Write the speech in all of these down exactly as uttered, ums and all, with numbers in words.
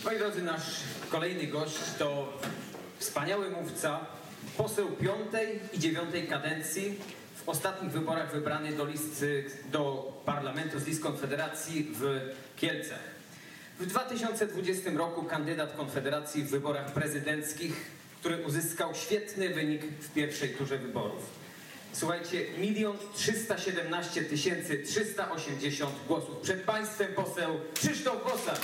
Moi drodzy, nasz kolejny gość to wspaniały mówca, poseł piątej i dziewiątej kadencji, w ostatnich wyborach wybrany do listy do parlamentu z list Konfederacji w Kielcach. W dwa tysiące dwudziestym roku kandydat Konfederacji w wyborach prezydenckich, który uzyskał świetny wynik w pierwszej turze wyborów. Słuchajcie, milion trzysta siedemnaście tysięcy trzysta osiemdziesiąt głosów. Przed państwem poseł Krzysztof Bosak.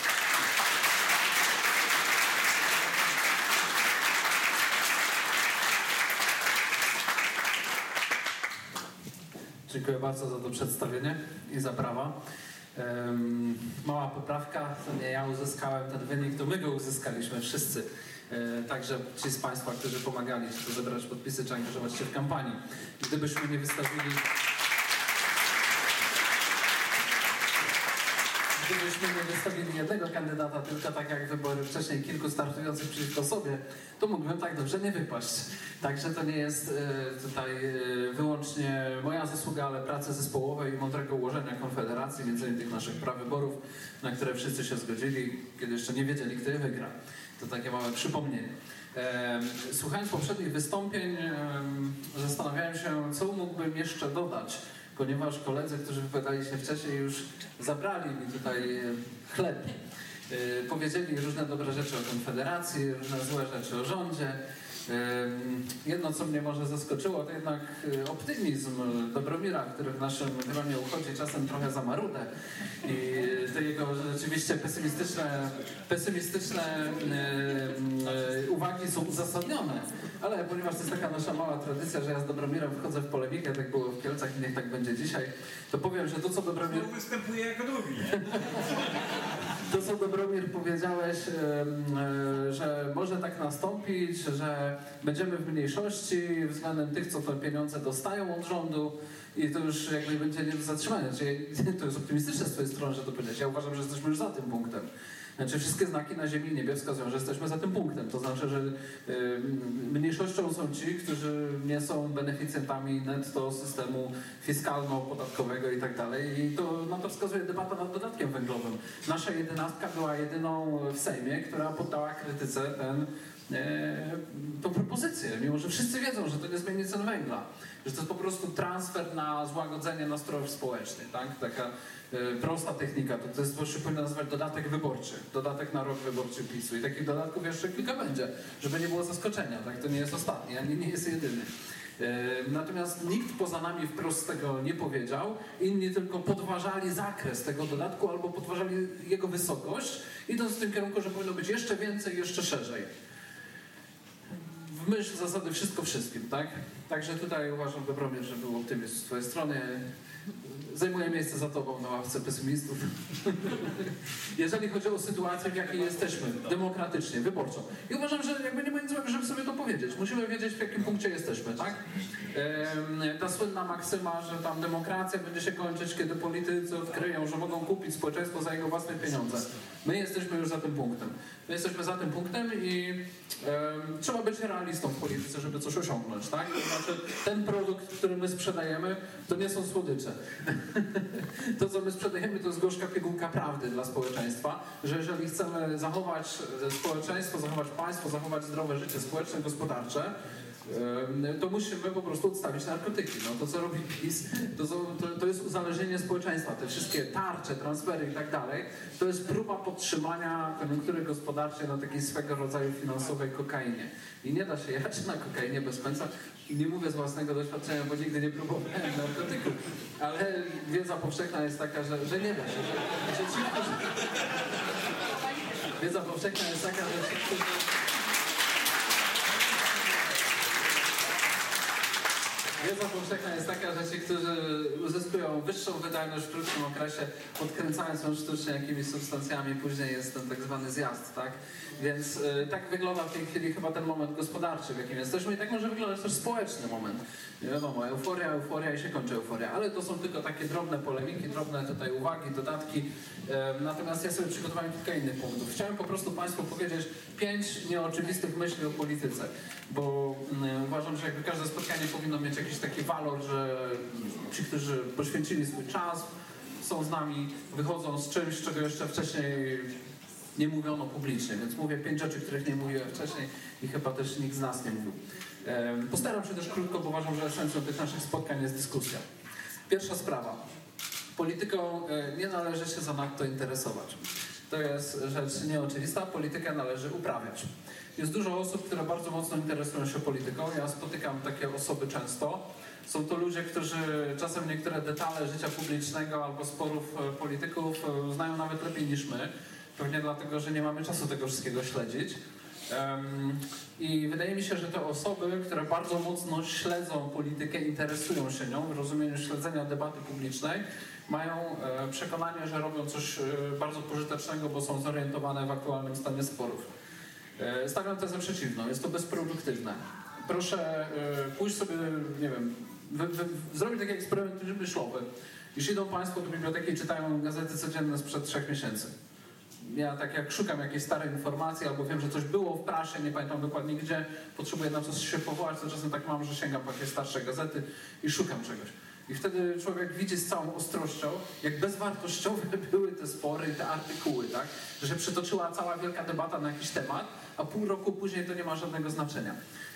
Dziękuję bardzo za to przedstawienie i za brawa. Um, mała poprawka, to nie ja uzyskałem ten wynik, to my go uzyskaliśmy wszyscy. E, także ci z Państwa, którzy pomagali, czy to zebrać podpisy, czy angażować się w kampanii. Gdybyśmy nie wystawili... Gdybyśmy nie wystawili jednego kandydata, tylko tak jak wybory wcześniej kilku startujących przeciwko sobie, to mógłbym tak dobrze nie wypaść. Także to nie jest e, tutaj e, wyłącznie moja zasługa, ale pracy zespołowej i mądrego ułożenia Konfederacji, między innymi tych naszych prawyborów, na które wszyscy się zgodzili, kiedy jeszcze nie wiedzieli, kto je wygra. To takie małe przypomnienie. E, słuchając poprzednich wystąpień, e, zastanawiałem się, co mógłbym jeszcze dodać, ponieważ koledzy, którzy wypowiadali się wcześniej, już zabrali mi tutaj chleb. Powiedzieli różne dobre rzeczy o Konfederacji, różne złe rzeczy o rządzie. Jedno, co mnie może zaskoczyło, to jednak optymizm Dobromira, który w naszym gronie uchodzi czasem trochę za marudę. I te jego rzeczywiście pesymistyczne, pesymistyczne uwagi są uzasadnione. Ale ponieważ to jest taka nasza mała tradycja, że ja z Dobromirem wchodzę w polemikę, tak było w Kielcach i niech tak będzie dzisiaj, to powiem, że to, co Dobromir... No, występuje jako drugi. To, co Dobromir powiedziałeś, że może tak nastąpić, że będziemy w mniejszości względem tych, co te pieniądze dostają od rządu i to już jakby będzie nie do zatrzymania. Czyli to jest optymistyczne z twojej strony, że to powiedziałeś. Ja uważam, że jesteśmy już za tym punktem. Znaczy wszystkie znaki na ziemi i niebie wskazują, że jesteśmy za tym punktem. To znaczy, że y, mniejszością są ci, którzy nie są beneficjentami netto systemu fiskalno-podatkowego i tak dalej. I to, na to wskazuje debata nad dodatkiem węglowym. Nasza jedenastka była jedyną w Sejmie, która poddała krytyce ten, e, tą propozycję, mimo że wszyscy wiedzą, że to nie zmieni cen węgla. Że to jest po prostu transfer na złagodzenie nastrojów społecznych, tak? Taka e, prosta technika. To, to jest, to się powinno nazywać dodatek wyborczy. Dodatek na rok wyborczy PiSu. I takich dodatków jeszcze kilka będzie, żeby nie było zaskoczenia, tak? To nie jest ostatni, ani nie jest jedyny. E, natomiast nikt poza nami wprost tego nie powiedział. Inni tylko podważali zakres tego dodatku albo podważali jego wysokość, idąc w tym kierunku, że powinno być jeszcze więcej, jeszcze szerzej. W myśl zasady wszystko wszystkim, tak? Także tutaj uważam, Dobromir, że był optymizm z twojej strony. Zajmuję miejsce za tobą na ławce pesymistów. Jeżeli chodzi o sytuację, w jakiej jesteśmy, demokratycznie, wyborczo. I uważam, że jakby nie ma nic złego, żeby sobie to powiedzieć. Musimy wiedzieć, w jakim punkcie jesteśmy, tak? Ehm, ta słynna maksyma, że tam demokracja będzie się kończyć, kiedy politycy odkryją, że mogą kupić społeczeństwo za jego własne pieniądze. My jesteśmy już za tym punktem. My jesteśmy za tym punktem i um, trzeba być realistą w polityce, żeby coś osiągnąć, tak? To znaczy, ten produkt, który my sprzedajemy, to nie są słodycze. To, co my sprzedajemy, to jest gorzka pigułka prawdy dla społeczeństwa, że jeżeli chcemy zachować społeczeństwo, zachować państwo, zachować zdrowe życie społeczne, gospodarcze, to musimy po prostu odstawić narkotyki. No, to, co robi PiS, to, to, to jest uzależnienie społeczeństwa. Te wszystkie tarcze, transfery i tak dalej, to jest próba podtrzymania koniunktury gospodarczej na takiej swego rodzaju finansowej kokainie. I nie da się jechać na kokainie bez końca. Nie mówię z własnego doświadczenia, bo nigdy nie próbowałem narkotyków, ale wiedza powszechna jest taka, że, że nie da się. Że, że ci, którzy... Wiedza powszechna jest taka, że ci, którzy... Wiedza powszechna jest taka, że ci, którzy uzyskują wyższą wydajność w krótkim okresie, podkręcając ją sztucznie jakimiś substancjami, później jest ten tak zwany zjazd, tak? Więc y, tak wygląda w tej chwili chyba ten moment gospodarczy, w jakim jesteśmy i tak może wyglądać też społeczny moment. Nie wiadomo, euforia, euforia i się kończy euforia, ale to są tylko takie drobne polemiki, drobne tutaj uwagi, dodatki. Y, natomiast ja sobie przygotowałem kilka innych punktów. Chciałem po prostu Państwu powiedzieć pięć nieoczywistych myśli o polityce, bo y, uważam, że jakby każde spotkanie powinno mieć jakiś taki walor, że ci, którzy poświęcili swój czas, są z nami, wychodzą z czymś, czego jeszcze wcześniej nie mówiono publicznie, więc mówię pięć rzeczy, których nie mówiłem wcześniej i chyba też nikt z nas nie mówił. Postaram się też krótko, bo uważam, że esencją tych naszych spotkań jest dyskusja. Pierwsza sprawa. Polityką nie należy się zanadto interesować. To jest rzecz nieoczywista, politykę należy uprawiać. Jest dużo osób, które bardzo mocno interesują się polityką. Ja spotykam takie osoby często. Są to ludzie, którzy czasem niektóre detale życia publicznego albo sporów polityków znają nawet lepiej niż my. Pewnie dlatego, że nie mamy czasu tego wszystkiego śledzić. I wydaje mi się, że te osoby, które bardzo mocno śledzą politykę, interesują się nią w rozumieniu śledzenia debaty publicznej, mają przekonanie, że robią coś bardzo pożytecznego, bo są zorientowane w aktualnym stanie sporów. Stawiam tezę przeciwną, jest to bezproduktywne. Proszę pójść sobie, nie wiem, wy, wy, zrobić taki eksperyment myślowy. Jeśli idą Państwo do biblioteki i czytają gazety codzienne sprzed trzech miesięcy. Ja tak jak szukam jakiejś starej informacji, albo wiem, że coś było w prasie, nie pamiętam dokładnie gdzie, potrzebuję na coś się powołać, to czasem tak mam, że sięgam po jakieś starsze gazety i szukam czegoś. I wtedy człowiek widzi z całą ostrością, jak bezwartościowe były te spory, te artykuły, tak? Że się przetoczyła cała wielka debata na jakiś temat, a pół roku później to nie ma żadnego znaczenia.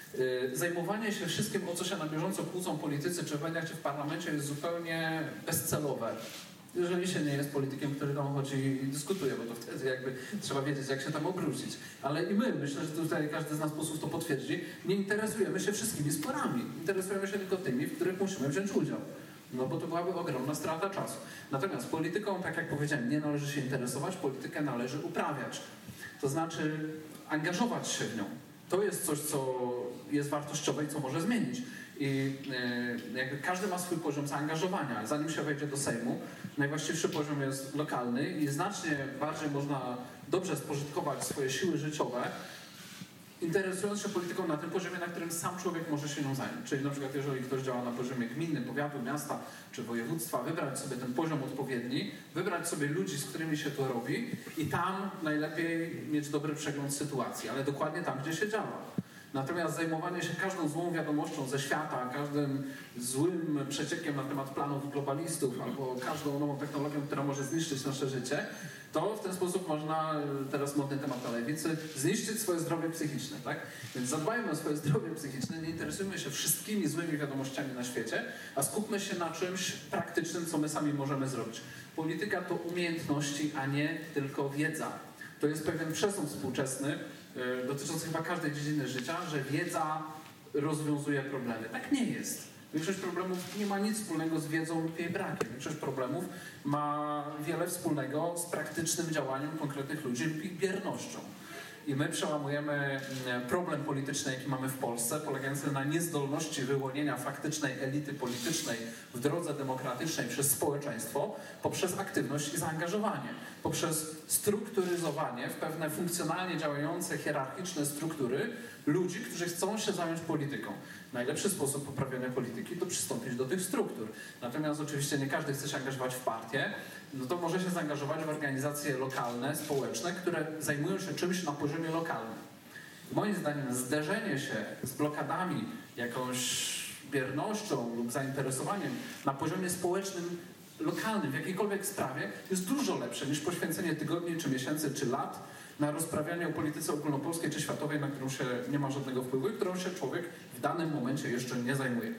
Zajmowanie się wszystkim, o co się na bieżąco kłócą politycy, czy w mediach, czy w parlamencie, jest zupełnie bezcelowe. Jeżeli się nie jest politykiem, który tam chodzi i dyskutuje, bo to wtedy jakby trzeba wiedzieć, jak się tam obrócić. Ale i my, myślę, że tutaj każdy z nas posłów to potwierdzi, nie interesujemy się wszystkimi sporami. Interesujemy się tylko tymi, w których musimy wziąć udział. No bo to byłaby ogromna strata czasu. Natomiast polityką, tak jak powiedziałem, nie należy się interesować, politykę należy uprawiać. To znaczy angażować się w nią. To jest coś, co jest wartościowe i co może zmienić. I yy, jakby każdy ma swój poziom zaangażowania. Zanim się wejdzie do Sejmu, najwłaściwszy poziom jest lokalny i znacznie bardziej można dobrze spożytkować swoje siły życiowe, interesując się polityką na tym poziomie, na którym sam człowiek może się nią zająć. Czyli na przykład jeżeli ktoś działa na poziomie gminy, powiatu, miasta czy województwa, wybrać sobie ten poziom odpowiedni, wybrać sobie ludzi, z którymi się to robi i tam najlepiej mieć dobry przegląd sytuacji, ale dokładnie tam, gdzie się działa. Natomiast zajmowanie się każdą złą wiadomością ze świata, każdym złym przeciekiem na temat planów globalistów albo każdą nową technologią, która może zniszczyć nasze życie, to w ten sposób można, teraz modny temat na lewicy, zniszczyć swoje zdrowie psychiczne, tak? Więc zadbajmy o swoje zdrowie psychiczne, nie interesujmy się wszystkimi złymi wiadomościami na świecie, a skupmy się na czymś praktycznym, co my sami możemy zrobić. Polityka to umiejętności, a nie tylko wiedza. To jest pewien przesąd współczesny, dotyczący chyba każdej dziedziny życia, że wiedza rozwiązuje problemy. Tak nie jest. Większość problemów nie ma nic wspólnego z wiedzą lub jej brakiem. Większość problemów ma wiele wspólnego z praktycznym działaniem konkretnych ludzi lub ich biernością. I my przełamujemy problem polityczny, jaki mamy w Polsce, polegający na niezdolności wyłonienia faktycznej elity politycznej w drodze demokratycznej przez społeczeństwo poprzez aktywność i zaangażowanie, poprzez strukturyzowanie w pewne funkcjonalnie działające, hierarchiczne struktury ludzi, którzy chcą się zająć polityką. Najlepszy sposób poprawiania polityki to przystąpić do tych struktur. Natomiast oczywiście nie każdy chce się angażować w partię, no to może się zaangażować w organizacje lokalne, społeczne, które zajmują się czymś na poziomie lokalnym. Moim zdaniem zderzenie się z blokadami, jakąś biernością lub zainteresowaniem na poziomie społecznym, lokalnym, w jakiejkolwiek sprawie jest dużo lepsze niż poświęcenie tygodni, czy miesięcy, czy lat na rozprawianie o polityce ogólnopolskiej czy światowej, na którą się nie ma żadnego wpływu i którą się człowiek w danym momencie jeszcze nie zajmuje.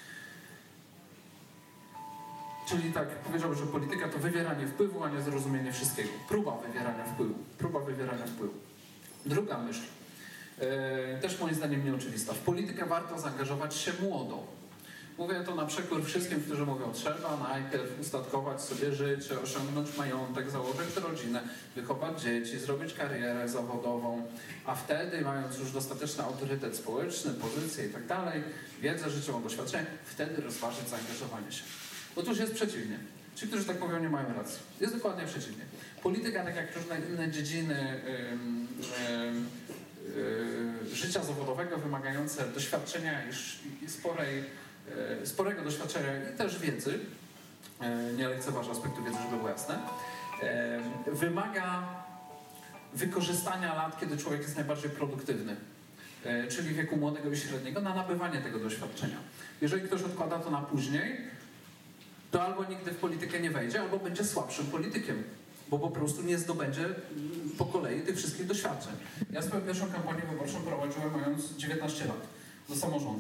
Czyli tak powiedziałbym, że polityka to wywieranie wpływu, a nie zrozumienie wszystkiego. Próba wywierania wpływu. Próba wywierania wpływu. Druga myśl, yy, też moim zdaniem nieoczywista. W politykę warto zaangażować się młodo. Mówię to na przekór wszystkim, którzy mówią, trzeba najpierw ustatkować sobie życie, osiągnąć majątek, założyć rodzinę, wychować dzieci, zrobić karierę zawodową, a wtedy, mając już dostateczny autorytet społeczny, pozycję i tak dalej, wiedzę życiową, doświadczenie, wtedy rozważyć zaangażowanie się. Otóż jest przeciwnie. Ci, którzy tak mówią, nie mają racji. Jest dokładnie przeciwnie. Polityka, tak jak różne inne dziedziny ym, ym, yy, życia zawodowego wymagające doświadczenia i, i sporej, yy, sporego doświadczenia i też wiedzy, yy, nie lekceważę aspektu wiedzy, żeby było jasne, yy, wymaga wykorzystania lat, kiedy człowiek jest najbardziej produktywny, yy, czyli wieku młodego i średniego, na nabywanie tego doświadczenia. Jeżeli ktoś odkłada to na później, to albo nigdy w politykę nie wejdzie, albo będzie słabszym politykiem. bo po prostu nie zdobędzie po kolei tych wszystkich doświadczeń. Ja swoją pierwszą kampanię wyborczą prowadziłem mając dziewiętnaście lat do samorządu.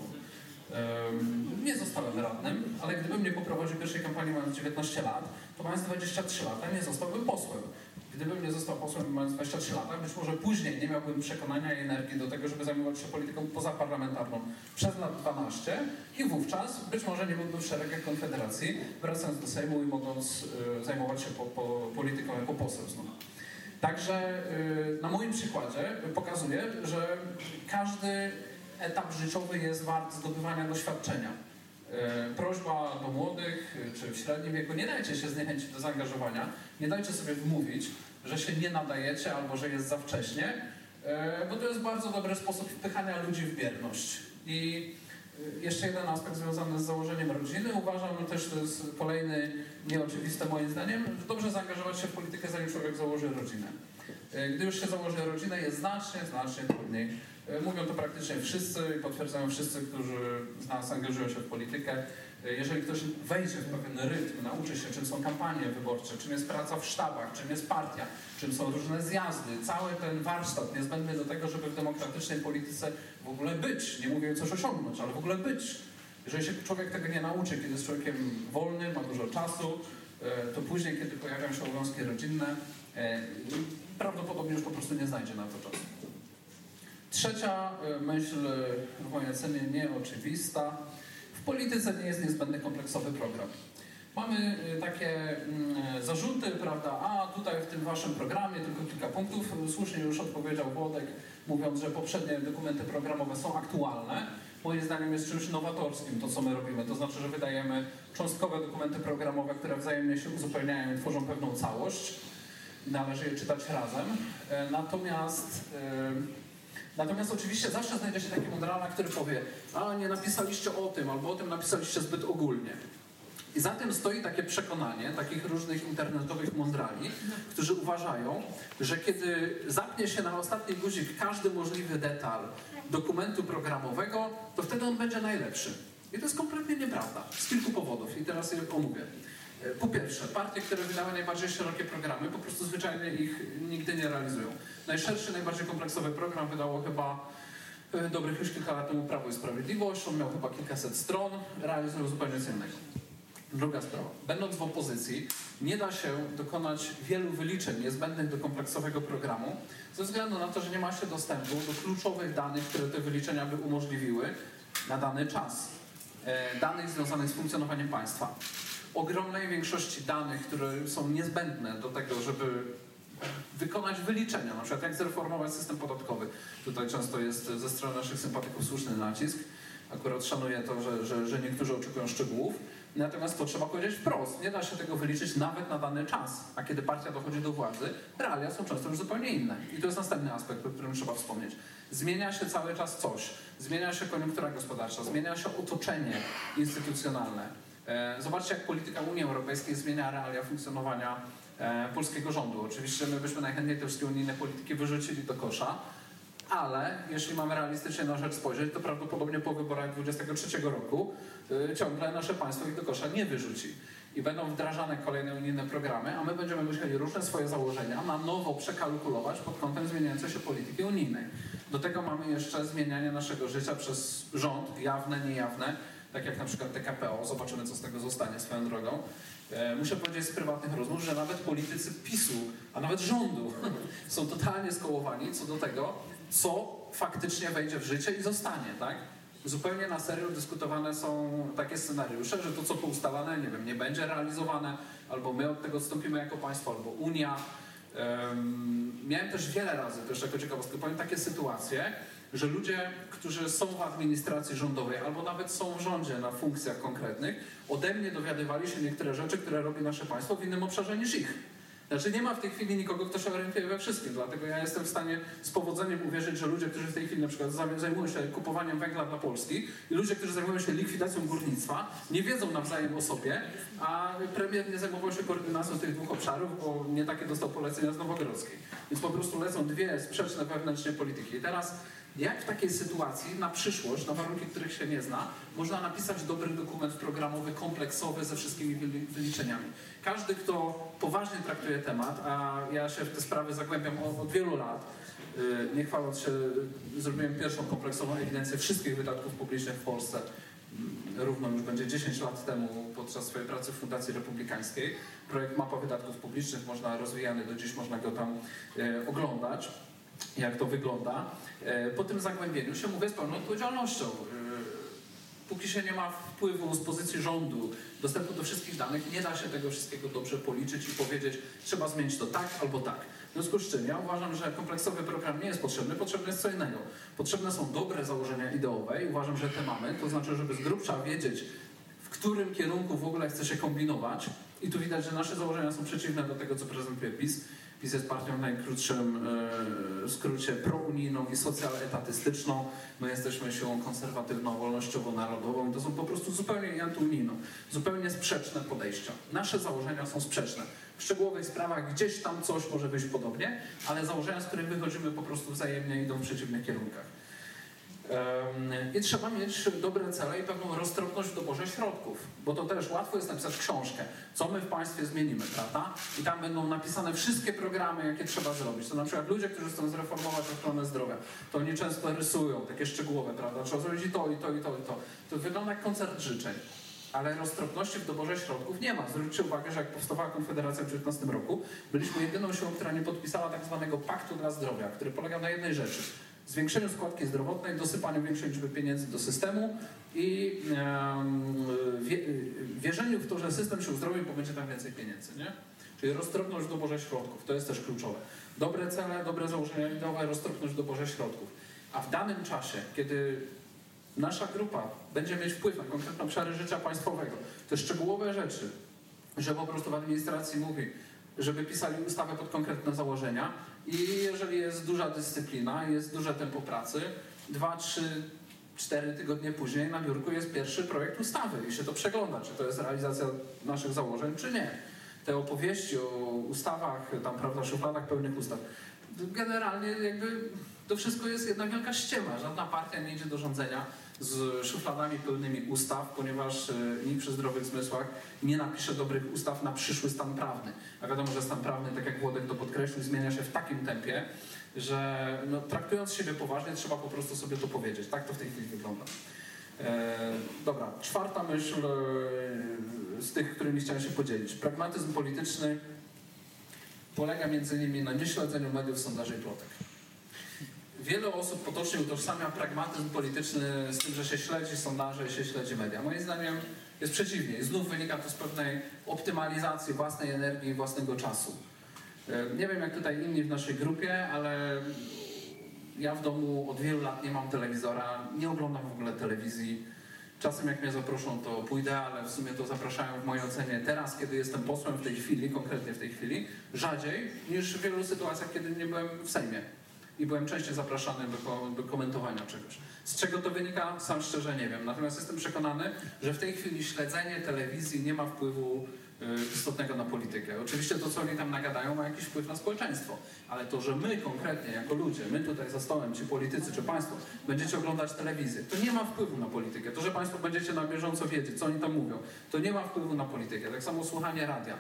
Nie zostałem radnym, ale gdybym nie poprowadził pierwszej kampanii mając dziewiętnaście lat, to mając dwadzieścia trzy lata nie zostałbym posłem. Gdybym nie został posłem mając dwadzieścia trzy lata, być może później nie miałbym przekonania i energii do tego, żeby zajmować się polityką pozaparlamentarną przez lat dwanaście i wówczas być może nie byłbym w szeregach Konfederacji, wracając do Sejmu i mogąc y, zajmować się po, po polityką jako poseł znów. Także y, na moim przykładzie pokazuję, że każdy etap życiowy jest wart zdobywania doświadczenia. E, prośba do młodych, czy w średnim wieku, nie dajcie się zniechęcić do zaangażowania, nie dajcie sobie wmówić, że się nie nadajecie albo że jest za wcześnie, e, bo to jest bardzo dobry sposób wpychania ludzi w bierność. I jeszcze jeden aspekt związany z założeniem rodziny. Uważam, że też to jest kolejny nieoczywiste moim zdaniem, że dobrze zaangażować się w politykę, zanim człowiek założy rodzinę. E, gdy już się założy rodzinę, jest znacznie, znacznie trudniej. Mówią to praktycznie wszyscy i potwierdzają wszyscy, którzy z nas angażują się w politykę. Jeżeli ktoś wejdzie w pewien rytm, nauczy się, czym są kampanie wyborcze, czym jest praca w sztabach, czym jest partia, czym są różne zjazdy, cały ten warsztat niezbędny do tego, żeby w demokratycznej polityce w ogóle być. Nie mówię coś osiągnąć, ale w ogóle być. Jeżeli się człowiek tego nie nauczy, kiedy jest człowiekiem wolnym, ma dużo czasu, to później, kiedy pojawiają się obowiązki rodzinne, prawdopodobnie już po prostu nie znajdzie na to czasu. Trzecia myśl, w mojej ocenie nieoczywista. W polityce nie jest niezbędny kompleksowy program. Mamy takie zarzuty, prawda, a tutaj w tym waszym programie tylko kilka punktów. Słusznie już odpowiedział Włodek, mówiąc, że poprzednie dokumenty programowe są aktualne. Moim zdaniem jest czymś nowatorskim to, co my robimy. To znaczy, że wydajemy cząstkowe dokumenty programowe, które wzajemnie się uzupełniają i tworzą pewną całość. Należy je czytać razem. Natomiast... Natomiast oczywiście zawsze znajdzie się taki mądralak, który powie, a nie napisaliście o tym, albo o tym napisaliście zbyt ogólnie. I za tym stoi takie przekonanie takich różnych internetowych mądrali, którzy uważają, że kiedy zapnie się na ostatni guzik każdy możliwy detal dokumentu programowego, to wtedy on będzie najlepszy. I to jest kompletnie nieprawda, z kilku powodów. I teraz je omówię. Po pierwsze, partie, które wydały najbardziej szerokie programy, po prostu zwyczajnie ich nigdy nie realizują. Najszerszy, najbardziej kompleksowy program wydało chyba e, dobrych już kilka lat temu Prawo i Sprawiedliwość. On miał chyba kilkaset stron, realizują zupełnie co innego. Druga sprawa. Będąc w opozycji, nie da się dokonać wielu wyliczeń niezbędnych do kompleksowego programu, ze względu na to, że nie ma się dostępu do kluczowych danych, które te wyliczenia by umożliwiły na dany czas. E, danych związanych z funkcjonowaniem państwa. Ogromnej większości danych, które są niezbędne do tego, żeby wykonać wyliczenia, na przykład jak zreformować system podatkowy. Tutaj często jest ze strony naszych sympatyków słuszny nacisk. Akurat szanuję to, że, że, że niektórzy oczekują szczegółów. Natomiast to trzeba powiedzieć wprost. Nie da się tego wyliczyć nawet na dany czas. A kiedy partia dochodzi do władzy, realia są często już zupełnie inne. I to jest następny aspekt, o którym trzeba wspomnieć. Zmienia się cały czas coś. Zmienia się koniunktura gospodarcza, zmienia się otoczenie instytucjonalne. Zobaczcie, jak polityka Unii Europejskiej zmienia realia funkcjonowania e, polskiego rządu. Oczywiście my byśmy najchętniej te wszystkie unijne polityki wyrzucili do kosza, ale jeśli mamy realistycznie na rzecz spojrzeć, to prawdopodobnie po wyborach dwudziestego trzeciego roku y, ciągle nasze państwo ich do kosza nie wyrzuci. I będą wdrażane kolejne unijne programy, a my będziemy musieli różne swoje założenia na nowo przekalkulować pod kątem zmieniającej się polityki unijnej. Do tego mamy jeszcze zmienianie naszego życia przez rząd, jawne, niejawne, tak jak na przykład T K P O, zobaczymy, co z tego zostanie swoją drogą. E, muszę powiedzieć z prywatnych rozmów, że nawet politycy PiSu, a nawet rządu są totalnie skołowani co do tego, co faktycznie wejdzie w życie i zostanie, tak? Zupełnie na serio dyskutowane są takie scenariusze, że to, co poustalane, nie wiem, nie będzie realizowane, albo my od tego odstąpimy jako państwo, albo Unia. Um, miałem też wiele razy, też jako ciekawostkę powiem, takie sytuacje, że ludzie, którzy są w administracji rządowej albo nawet są w rządzie na funkcjach konkretnych, ode mnie dowiadywali się niektóre rzeczy, które robi nasze państwo w innym obszarze niż ich. Znaczy nie ma w tej chwili nikogo, kto się orientuje we wszystkim, dlatego ja jestem w stanie z powodzeniem uwierzyć, że ludzie, którzy w tej chwili na przykład zajmują się kupowaniem węgla dla Polski i ludzie, którzy zajmują się likwidacją górnictwa, nie wiedzą nawzajem o sobie, a premier nie zajmował się koordynacją tych dwóch obszarów, bo nie takie dostał polecenia z Nowogrodzkiej. Więc po prostu lecą dwie sprzeczne wewnętrznie polityki. I teraz Jak w takiej sytuacji na przyszłość, na warunki, których się nie zna, można napisać dobry dokument programowy, kompleksowy, ze wszystkimi wyliczeniami. Każdy, kto poważnie traktuje temat, a ja się w te sprawy zagłębiam od, od wielu lat, nie chwaląc się, zrobiłem pierwszą kompleksową ewidencję wszystkich wydatków publicznych w Polsce, równo już będzie dziesięć lat temu podczas swojej pracy w Fundacji Republikańskiej. Projekt Mapa Wydatków Publicznych, można rozwijany do dziś, można go tam e, oglądać, jak to wygląda. E, po tym zagłębieniu się mówię z pełną odpowiedzialnością. E, póki się nie ma wpływu z pozycji rządu, dostępu do wszystkich danych, nie da się tego wszystkiego dobrze policzyć i powiedzieć, trzeba zmienić to tak albo tak. W związku z czym ja uważam, że kompleksowy program nie jest potrzebny, potrzebne jest co innego. Potrzebne są dobre założenia ideowe i uważam, że te mamy, to znaczy, żeby z grubsza wiedzieć, w którym kierunku w ogóle chce się kombinować. I tu widać, że nasze założenia są przeciwne do tego, co prezentuje PiS. PiS jest partią w najkrótszym e, skrócie prounijną i socjaletatystyczną. My jesteśmy siłą konserwatywną, wolnościowo-narodową. To są po prostu zupełnie antyunijne, zupełnie sprzeczne podejścia. Nasze założenia są sprzeczne. W szczegółowych sprawach gdzieś tam coś może wyjść podobnie, ale założenia, z których wychodzimy, po prostu wzajemnie idą w przeciwnych kierunkach. I trzeba mieć dobre cele i pewną roztropność w doborze środków, bo to też łatwo jest napisać książkę, co my w państwie zmienimy, prawda? I tam będą napisane wszystkie programy, jakie trzeba zrobić. To na przykład ludzie, którzy chcą zreformować ochronę zdrowia, to oni często rysują takie szczegółowe, prawda? Trzeba zrobić i to, i to, i to, i to. To wygląda jak koncert życzeń, ale roztropności w doborze środków nie ma. Zwróćcie uwagę, że jak powstawała Konfederacja w dziewiętnastym roku, byliśmy jedyną siłą, która nie podpisała tak zwanego Paktu dla Zdrowia, który polegał na jednej rzeczy: zwiększeniu składki zdrowotnej, dosypaniu większej liczby pieniędzy do systemu i um, wie, wierzeniu w to, że system się uzdrowi, bo będzie tam więcej pieniędzy, nie? Czyli roztropność w doborze środków, to jest też kluczowe. Dobre cele, dobre założenia ideowe, roztropność w doborze środków. A w danym czasie, kiedy nasza grupa będzie mieć wpływ na konkretne obszary życia państwowego, te szczegółowe rzeczy, że po prostu w administracji mówi, żeby pisali ustawę pod konkretne założenia i jeżeli jest duża dyscyplina, jest duże tempo pracy, dwa, trzy, cztery tygodnie później na biurku jest pierwszy projekt ustawy i się to przegląda, czy to jest realizacja naszych założeń, czy nie. Te opowieści o ustawach, tam prawda, szufladach pełnych ustaw, generalnie jakby to wszystko jest jedna wielka ściema. Żadna partia nie idzie do rządzenia z szufladami pełnymi ustaw, ponieważ nikt przy zdrowych zmysłach nie napisze dobrych ustaw na przyszły stan prawny. A wiadomo, że stan prawny, tak jak Włodek to podkreślił, zmienia się w takim tempie, że no, traktując siebie poważnie, trzeba po prostu sobie to powiedzieć. Tak to w tej chwili wygląda. E, dobra, czwarta myśl e, z tych, którymi chciałem się podzielić. Pragmatyzm polityczny polega między innymi na nieśledzeniu mediów, sondaży i plotek. Wiele osób potocznie utożsamia pragmatyzm polityczny z tym, że się śledzi sondaże i się śledzi media. Moim zdaniem jest przeciwnie. I znów wynika to z pewnej optymalizacji własnej energii i własnego czasu. Nie wiem jak tutaj inni w naszej grupie, ale ja w domu od wielu lat nie mam telewizora, nie oglądam w ogóle telewizji. Czasem jak mnie zaproszą, to pójdę, ale w sumie to zapraszają w mojej ocenie teraz, kiedy jestem posłem w tej chwili, konkretnie w tej chwili, rzadziej niż w wielu sytuacjach, kiedy nie byłem w Sejmie. I byłem częściej zapraszany do, do komentowania czegoś. Z czego to wynika? Sam szczerze nie wiem. Natomiast jestem przekonany, że w tej chwili śledzenie telewizji nie ma wpływu y, istotnego na politykę. Oczywiście to, co oni tam nagadają, ma jakiś wpływ na społeczeństwo. Ale to, że my konkretnie, jako ludzie, my tutaj za stołem, czy politycy, czy państwo, będziecie oglądać telewizję, to nie ma wpływu na politykę. To, że państwo będziecie na bieżąco wiedzieć, co oni tam mówią, to nie ma wpływu na politykę. Tak samo słuchanie radia.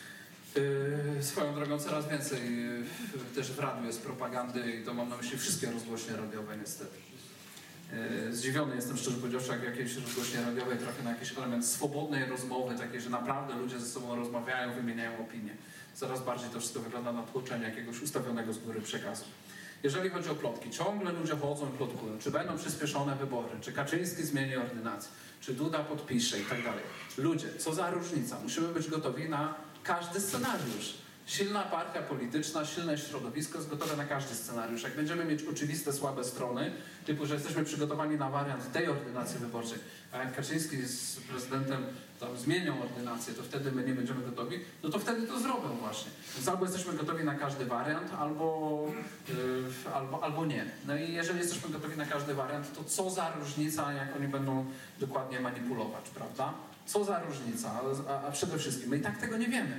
Yy, swoją drogą coraz więcej yy, też w radiu jest propagandy i to mam na myśli wszystkie rozgłośnie radiowe niestety. Yy, zdziwiony jestem szczerze powiedziawszy, jak w jakiejś rozgłośnie radiowej trafię na jakiś element swobodnej rozmowy, takiej, że naprawdę ludzie ze sobą rozmawiają, wymieniają opinie. Coraz bardziej to wszystko wygląda na tłoczenie jakiegoś ustawionego z góry przekazu. Jeżeli chodzi o plotki, ciągle ludzie chodzą i plotkują, czy będą przyspieszone wybory, czy Kaczyński zmieni ordynację, czy Duda podpisze i tak dalej. Ludzie, co za różnica? Musimy być gotowi na każdy scenariusz. Silna partia polityczna, silne środowisko jest gotowe na każdy scenariusz. Jak będziemy mieć oczywiste, słabe strony, typu, że jesteśmy przygotowani na wariant tej ordynacji wyborczej, a jak Kaczyński z prezydentem tam zmienią ordynację, to wtedy my nie będziemy gotowi, no to wtedy to zrobią właśnie. Więc albo jesteśmy gotowi na każdy wariant, albo, yy, albo, albo nie. No i jeżeli jesteśmy gotowi na każdy wariant, to co za różnica, jak oni będą dokładnie manipulować, prawda? Co za różnica, a, a przede wszystkim my i tak tego nie wiemy.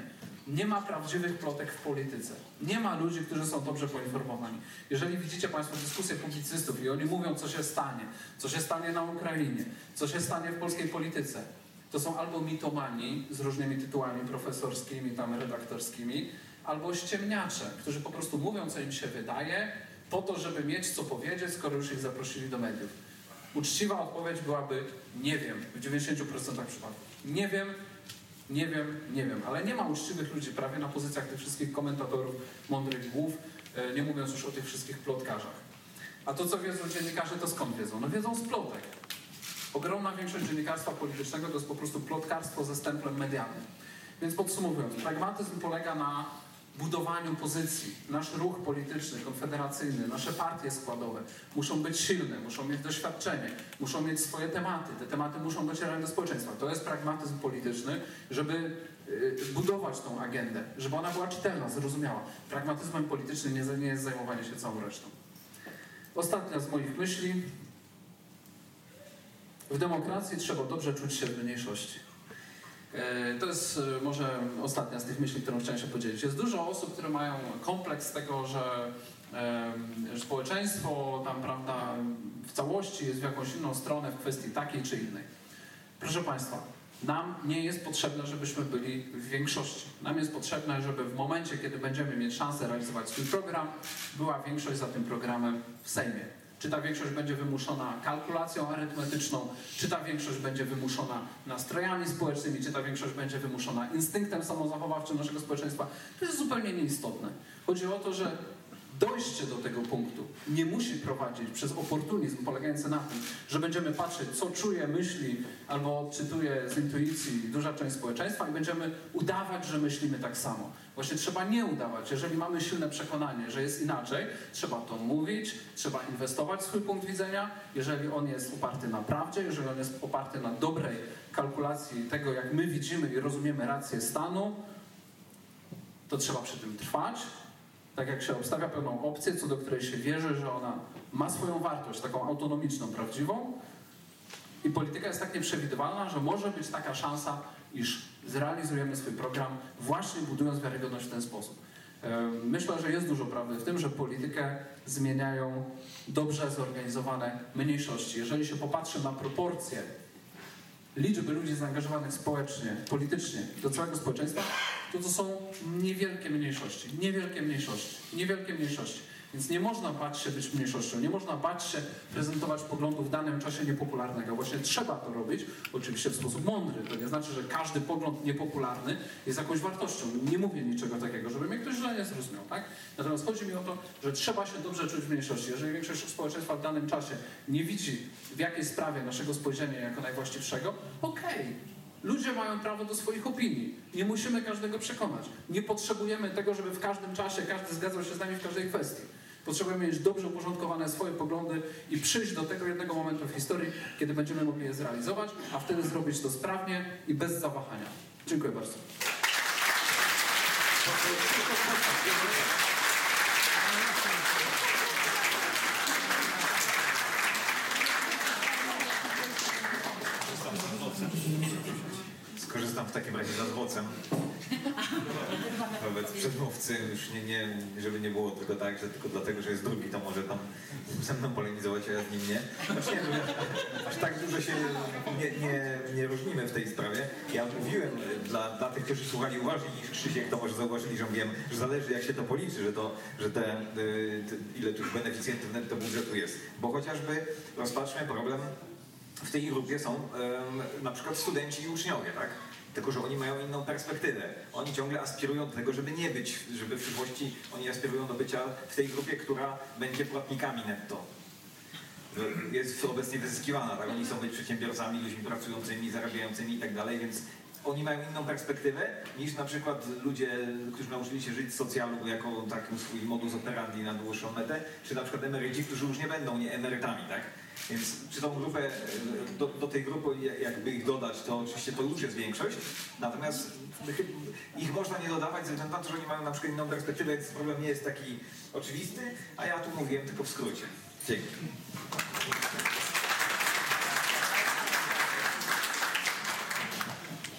Nie ma prawdziwych plotek w polityce. Nie ma ludzi, którzy są dobrze poinformowani. Jeżeli widzicie Państwo dyskusje publicystów i oni mówią, co się stanie, co się stanie na Ukrainie, co się stanie w polskiej polityce, to są albo mitomani z różnymi tytułami profesorskimi, tam redaktorskimi, albo ściemniacze, którzy po prostu mówią, co im się wydaje, po to, żeby mieć co powiedzieć, skoro już ich zaprosili do mediów. Uczciwa odpowiedź byłaby nie wiem, w dziewięćdziesięciu procentach przypadków. Nie wiem, nie wiem, nie wiem, ale nie ma uczciwych ludzi prawie na pozycjach tych wszystkich komentatorów, mądrych głów, nie mówiąc już o tych wszystkich plotkarzach. A to, co wiedzą dziennikarze, to skąd wiedzą? No wiedzą z plotek. Ogromna większość dziennikarstwa politycznego to jest po prostu plotkarstwo ze stemplem medialnym. Więc podsumowując, pragmatyzm polega na budowaniu pozycji. Nasz ruch polityczny, konfederacyjny, nasze partie składowe muszą być silne, muszą mieć doświadczenie, muszą mieć swoje tematy. Te tematy muszą docierać do społeczeństwa. To jest pragmatyzm polityczny, żeby y, budować tą agendę, żeby ona była czytelna, zrozumiała. Pragmatyzmem politycznym nie, nie jest zajmowanie się całą resztą. Ostatnia z moich myśli. W demokracji trzeba dobrze czuć się w mniejszości. To jest może ostatnia z tych myśli, którą chciałem się podzielić. Jest dużo osób, które mają kompleks tego, że e, społeczeństwo tam, prawda, w całości jest w jakąś inną stronę w kwestii takiej czy innej. Proszę Państwa, nam nie jest potrzebne, żebyśmy byli w większości. Nam jest potrzebne, żeby w momencie, kiedy będziemy mieć szansę realizować swój program, była większość za tym programem w Sejmie. Czy ta większość będzie wymuszona kalkulacją arytmetyczną, czy ta większość będzie wymuszona nastrojami społecznymi, czy ta większość będzie wymuszona instynktem samozachowawczym naszego społeczeństwa, to jest zupełnie nieistotne. Chodzi o to, że dojście do tego punktu nie musi prowadzić przez oportunizm polegający na tym, że będziemy patrzeć, co czuje, myśli albo odczytuje z intuicji duża część społeczeństwa i będziemy udawać, że myślimy tak samo. Właśnie trzeba nie udawać. Jeżeli mamy silne przekonanie, że jest inaczej, trzeba to mówić, trzeba inwestować w swój punkt widzenia. Jeżeli on jest oparty na prawdzie, jeżeli on jest oparty na dobrej kalkulacji tego, jak my widzimy i rozumiemy rację stanu, to trzeba przy tym trwać. Tak jak się obstawia pewną opcję, co do której się wierzy, że ona ma swoją wartość, taką autonomiczną, prawdziwą. I polityka jest tak nieprzewidywalna, że może być taka szansa, iż zrealizujemy swój program właśnie budując wiarygodność w ten sposób. Myślę, że jest dużo prawdy w tym, że politykę zmieniają dobrze zorganizowane mniejszości. Jeżeli się popatrzy na proporcje liczby ludzi zaangażowanych społecznie, politycznie do całego społeczeństwa, to to są niewielkie mniejszości, niewielkie mniejszości, niewielkie mniejszości. Więc nie można bać się być mniejszością, nie można bać się prezentować poglądów w danym czasie niepopularnego. Właśnie trzeba to robić, oczywiście w sposób mądry. To nie znaczy, że każdy pogląd niepopularny jest jakąś wartością. Nie mówię niczego takiego, żeby mnie ktoś źle nie zrozumiał, tak? Natomiast chodzi mi o to, że trzeba się dobrze czuć w mniejszości. Jeżeli większość społeczeństwa w danym czasie nie widzi w jakiej sprawie naszego spojrzenia jako najwłaściwszego, okej. Okay. Ludzie mają prawo do swoich opinii. Nie musimy każdego przekonać. Nie potrzebujemy tego, żeby w każdym czasie każdy zgadzał się z nami w każdej kwestii. Potrzebujemy mieć dobrze uporządkowane swoje poglądy i przyjść do tego jednego momentu w historii, kiedy będziemy mogli je zrealizować, a wtedy zrobić to sprawnie i bez zawahania. Dziękuję bardzo. Skorzystam w takim razie z adwocem wobec przedmówcy, już nie, nie, żeby nie było tylko tak, że tylko dlatego, że jest drugi, to może tam ze mną polemizować, a ja z nim nie. Właśnie, aż tak dużo się nie, nie, nie różnimy w tej sprawie. Ja mówiłem dla, dla tych, którzy słuchali uważniej niż Krzysiek, to może zauważyli, że mówiłem, że zależy jak się to policzy, że, to, że te, te ile tych beneficjentów netto budżetu jest. Bo chociażby rozpatrzmy problem. W tej grupie są um, na przykład studenci i uczniowie, tak? Tylko że oni mają inną perspektywę. Oni ciągle aspirują do tego, żeby nie być, żeby w przyszłości oni aspirują do bycia w tej grupie, która będzie płatnikami netto. Jest obecnie wyzyskiwana, tak? Oni chcą być przedsiębiorcami, ludźmi pracującymi, zarabiającymi i tak dalej, więc oni mają inną perspektywę niż na przykład ludzie, którzy nauczyli się żyć z socjalu jako taki swój modus operandi na dłuższą metę, czy na przykład emeryci, którzy już nie będą nie emerytami, tak? Więc czy tą grupę, do, do tej grupy jakby ich dodać, to oczywiście to już jest większość, natomiast ich można nie dodawać ze względu na to, że oni mają na przykład inną perspektywę, więc problem nie jest taki oczywisty, a ja tu mówiłem tylko w skrócie. Dzięki.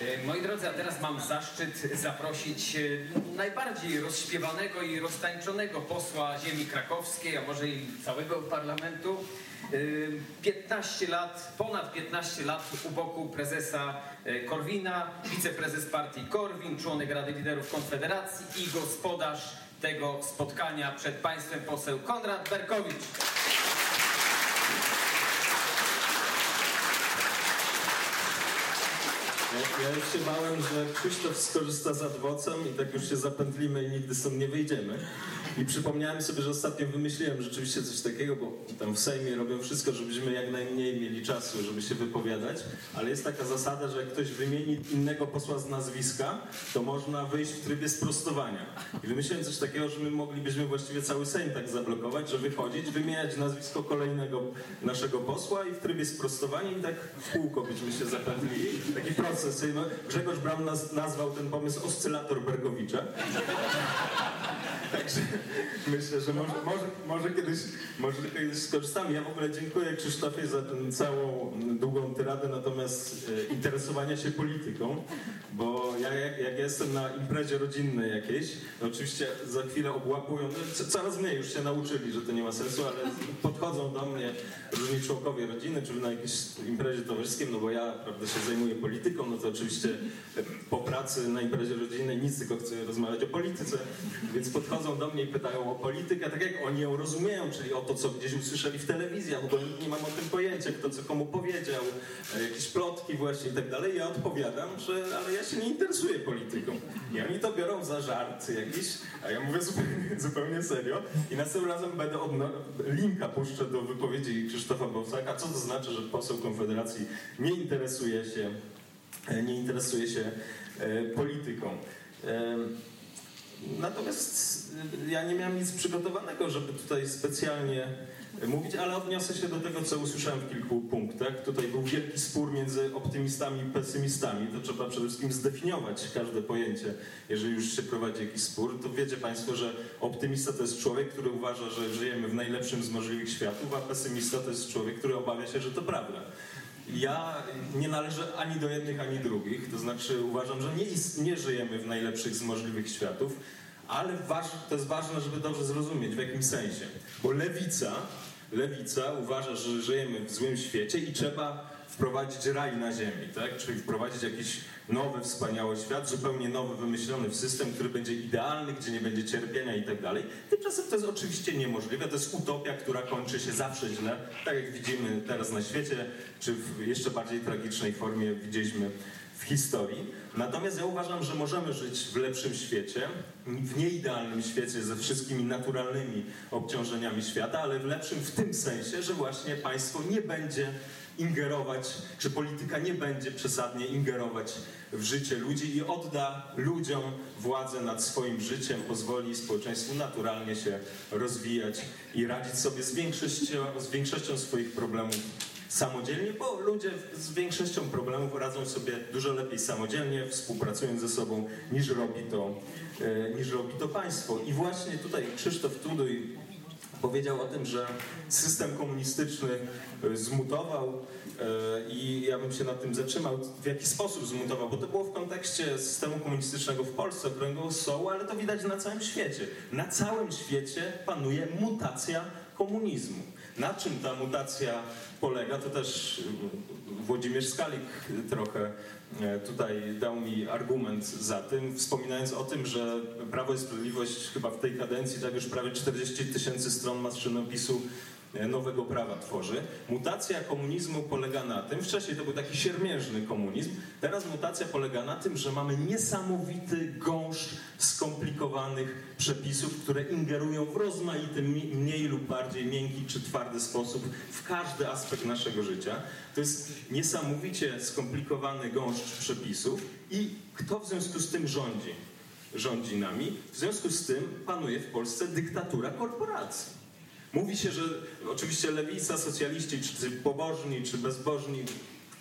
Moi drodzy, a teraz mam zaszczyt zaprosić najbardziej rozśpiewanego i roztańczonego posła ziemi krakowskiej, a może i całego parlamentu. piętnaście lat, ponad piętnaście lat u boku prezesa Korwina, wiceprezes partii Korwin, członek Rady Liderów Konfederacji i gospodarz tego spotkania przed państwem poseł Konrad Berkowicz. Ja już się bałem, że Krzysztof skorzysta z adwocem i tak już się zapętlimy i nigdy stąd nie wyjdziemy. I przypomniałem sobie, że ostatnio wymyśliłem rzeczywiście coś takiego, bo tam w Sejmie robią wszystko, żebyśmy jak najmniej mieli czasu, żeby się wypowiadać, ale jest taka zasada, że jak ktoś wymieni innego posła z nazwiska, to można wyjść w trybie sprostowania. I wymyśliłem coś takiego, że my moglibyśmy właściwie cały Sejm tak zablokować, że wychodzić, wymieniać nazwisko kolejnego naszego posła i w trybie sprostowania i tak w kółko byśmy się zapętlili. Taki proces. Grzegorz Braun nas, nazwał ten pomysł oscylator Berkowicza. Także myślę, że może, może, może, kiedyś, może kiedyś skorzystamy. Ja w ogóle dziękuję Krzysztofie za tę całą długą tyradę, natomiast e, interesowania się polityką, bo ja jak, jak jestem na imprezie rodzinnej jakiejś, to oczywiście za chwilę obłapują, no, coraz mniej już się nauczyli, że to nie ma sensu, ale podchodzą do mnie różni członkowie rodziny, czy na jakiejś imprezie towarzyskiej, no bo ja, prawda, się zajmuję polityką, no to oczywiście po pracy na imprezie rodzinnej nic, tylko chcę rozmawiać o polityce, więc podchodzą do mnie i pytają o politykę, tak jak oni ją rozumieją, czyli o to, co gdzieś usłyszeli w telewizji, ja w ogóle nie mam o tym pojęcia, kto co komu powiedział, jakieś plotki właśnie i tak dalej. Ja odpowiadam, że ale ja się nie interesuję polityką. I oni to biorą za żart jakiś, a ja mówię zupełnie, zupełnie serio i następnym razem będę odno- linka puszczę do wypowiedzi Krzysztofa Bosaka, co to znaczy, że poseł Konfederacji nie interesuje się, nie interesuje się e, polityką. E, Natomiast ja nie miałem nic przygotowanego, żeby tutaj specjalnie mówić, ale odniosę się do tego, co usłyszałem w kilku punktach. Tutaj był wielki spór między optymistami i pesymistami. To trzeba przede wszystkim zdefiniować każde pojęcie. Jeżeli już się prowadzi jakiś spór, to wiecie Państwo, że optymista to jest człowiek, który uważa, że żyjemy w najlepszym z możliwych światów, a pesymista to jest człowiek, który obawia się, że to prawda. Ja nie należę ani do jednych, ani drugich, to znaczy uważam, że nie, ist- nie żyjemy w najlepszych z możliwych światów, ale waż, to jest ważne, żeby dobrze zrozumieć w jakim sensie, bo lewica, lewica uważa, że żyjemy w złym świecie i trzeba wprowadzić raj na ziemi, tak? Czyli wprowadzić jakiś nowy, wspaniały świat, zupełnie nowy, wymyślony system, który będzie idealny, gdzie nie będzie cierpienia i tak dalej. Tymczasem to jest oczywiście niemożliwe, to jest utopia, która kończy się zawsze źle, tak jak widzimy teraz na świecie, czy w jeszcze bardziej tragicznej formie widzieliśmy w historii. Natomiast ja uważam, że możemy żyć w lepszym świecie, w nieidealnym świecie ze wszystkimi naturalnymi obciążeniami świata, ale w lepszym w tym sensie, że właśnie państwo nie będzie ingerować, czy polityka nie będzie przesadnie ingerować w życie ludzi i odda ludziom władzę nad swoim życiem, pozwoli społeczeństwu naturalnie się rozwijać i radzić sobie z większością, z większością swoich problemów samodzielnie, bo ludzie z większością problemów radzą sobie dużo lepiej samodzielnie, współpracując ze sobą, niż robi to, niż robi to państwo. I właśnie tutaj Krzysztof Tuduj powiedział o tym, że system komunistyczny zmutował i ja bym się nad tym zatrzymał, w jaki sposób zmutował, bo to było w kontekście systemu komunistycznego w Polsce, okrągłego stołu, ale to widać na całym świecie. Na całym świecie panuje mutacja komunizmu. Na czym ta mutacja polega, to też Włodzimierz Skalik trochę tutaj dał mi argument za tym, wspominając o tym, że Prawo i Sprawiedliwość chyba w tej kadencji tak już prawie czterdzieści tysięcy stron maszynopisu nowego prawa tworzy. Mutacja komunizmu polega na tym, wcześniej to był taki siermiężny komunizm, teraz mutacja polega na tym, że mamy niesamowity gąszcz skomplikowanych przepisów, które ingerują w rozmaity, mniej lub bardziej miękki czy twardy sposób w każdy aspekt naszego życia. To jest niesamowicie skomplikowany gąszcz przepisów i kto w związku z tym rządzi? Rządzi nami. W związku z tym panuje w Polsce dyktatura korporacji. Mówi się, że oczywiście lewica, socjaliści, czy pobożni, czy bezbożni,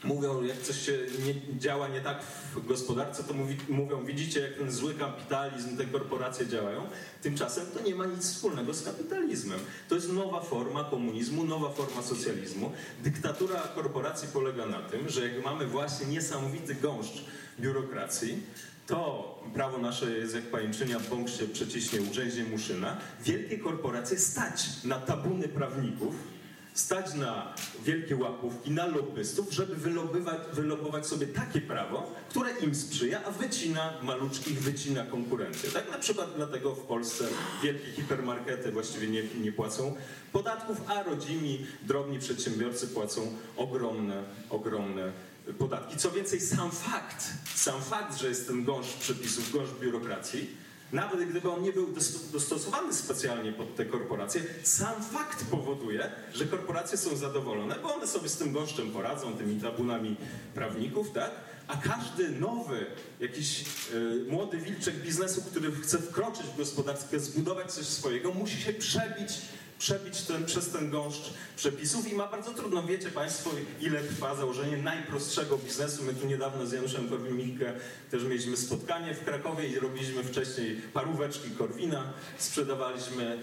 mówią, jak coś się nie, działa nie tak w gospodarce, to mówi, mówią, widzicie, jak ten zły kapitalizm, te korporacje działają. Tymczasem to nie ma nic wspólnego z kapitalizmem. To jest nowa forma komunizmu, nowa forma socjalizmu. Dyktatura korporacji polega na tym, że jak mamy właśnie niesamowity gąszcz biurokracji, to prawo nasze jest jak pajęczynia, bąk się przeciśnie, ugrzęźnie muszyna. Wielkie korporacje stać na tabuny prawników, stać na wielkie łapówki, na lobbystów, żeby wylobywać, wylobować sobie takie prawo, które im sprzyja, a wycina maluczkich, wycina konkurencję. Tak na przykład dlatego w Polsce wielkie hipermarkety właściwie nie, nie płacą podatków, a rodzimi, drobni przedsiębiorcy płacą ogromne, ogromne podatki. Co więcej, sam fakt, sam fakt, że jest ten gąszcz przepisów, gąszcz biurokracji, nawet gdyby on nie był dostosowany specjalnie pod te korporacje, sam fakt powoduje, że korporacje są zadowolone, bo one sobie z tym gąszczem poradzą, tymi tabunami prawników, tak? A każdy nowy, jakiś y, młody wilczek biznesu, który chce wkroczyć w gospodarkę, zbudować coś swojego, musi się przebić przebić ten, przez ten gąszcz przepisów i ma bardzo trudno. Wiecie Państwo, ile trwa założenie najprostszego biznesu. My tu niedawno z Januszem Korwin-Mikke też mieliśmy spotkanie w Krakowie i robiliśmy wcześniej paróweczki Korwina, sprzedawaliśmy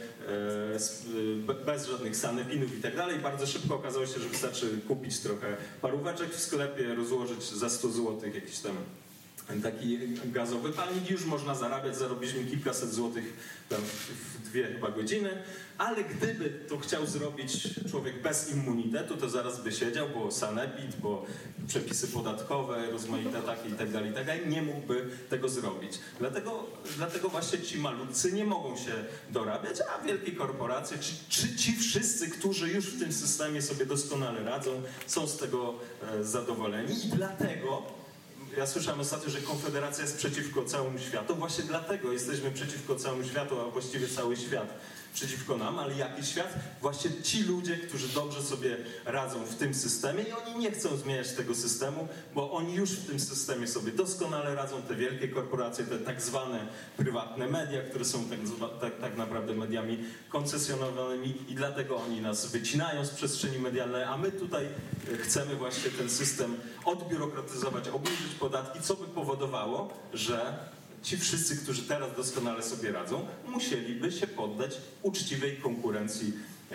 e, bez żadnych sanepinów i tak dalej. Bardzo szybko okazało się, że wystarczy kupić trochę paróweczek w sklepie, rozłożyć za sto złotych jakiś tam taki gazowy palnik, już można zarabiać, zarobiliśmy kilkaset złotych tam w dwie chyba godziny, ale gdyby to chciał zrobić człowiek bez immunitetu, to zaraz by siedział, bo sanepid, bo przepisy podatkowe, rozmaite takie i tak dalej, i tak dalej, nie mógłby tego zrobić. Dlatego, dlatego właśnie ci malutcy nie mogą się dorabiać, a wielkie korporacje, czy, czy ci wszyscy, którzy już w tym systemie sobie doskonale radzą, są z tego e, zadowoleni i dlatego ja słyszałem ostatnio, że Konfederacja jest przeciwko całemu światu. Właśnie dlatego jesteśmy przeciwko całemu światu, a właściwie cały świat przeciwko nam. Ale jaki świat? Właśnie ci ludzie, którzy dobrze sobie radzą w tym systemie i oni nie chcą zmieniać tego systemu, bo oni już w tym systemie sobie doskonale radzą. Te wielkie korporacje, te tak zwane prywatne media, które są tak, tak, tak naprawdę mediami koncesjonowanymi i dlatego oni nas wycinają z przestrzeni medialnej, a my tutaj chcemy właśnie ten system odbiurokratyzować, obniżyć podatki, co by powodowało, że ci wszyscy, którzy teraz doskonale sobie radzą, musieliby się poddać uczciwej konkurencji, e,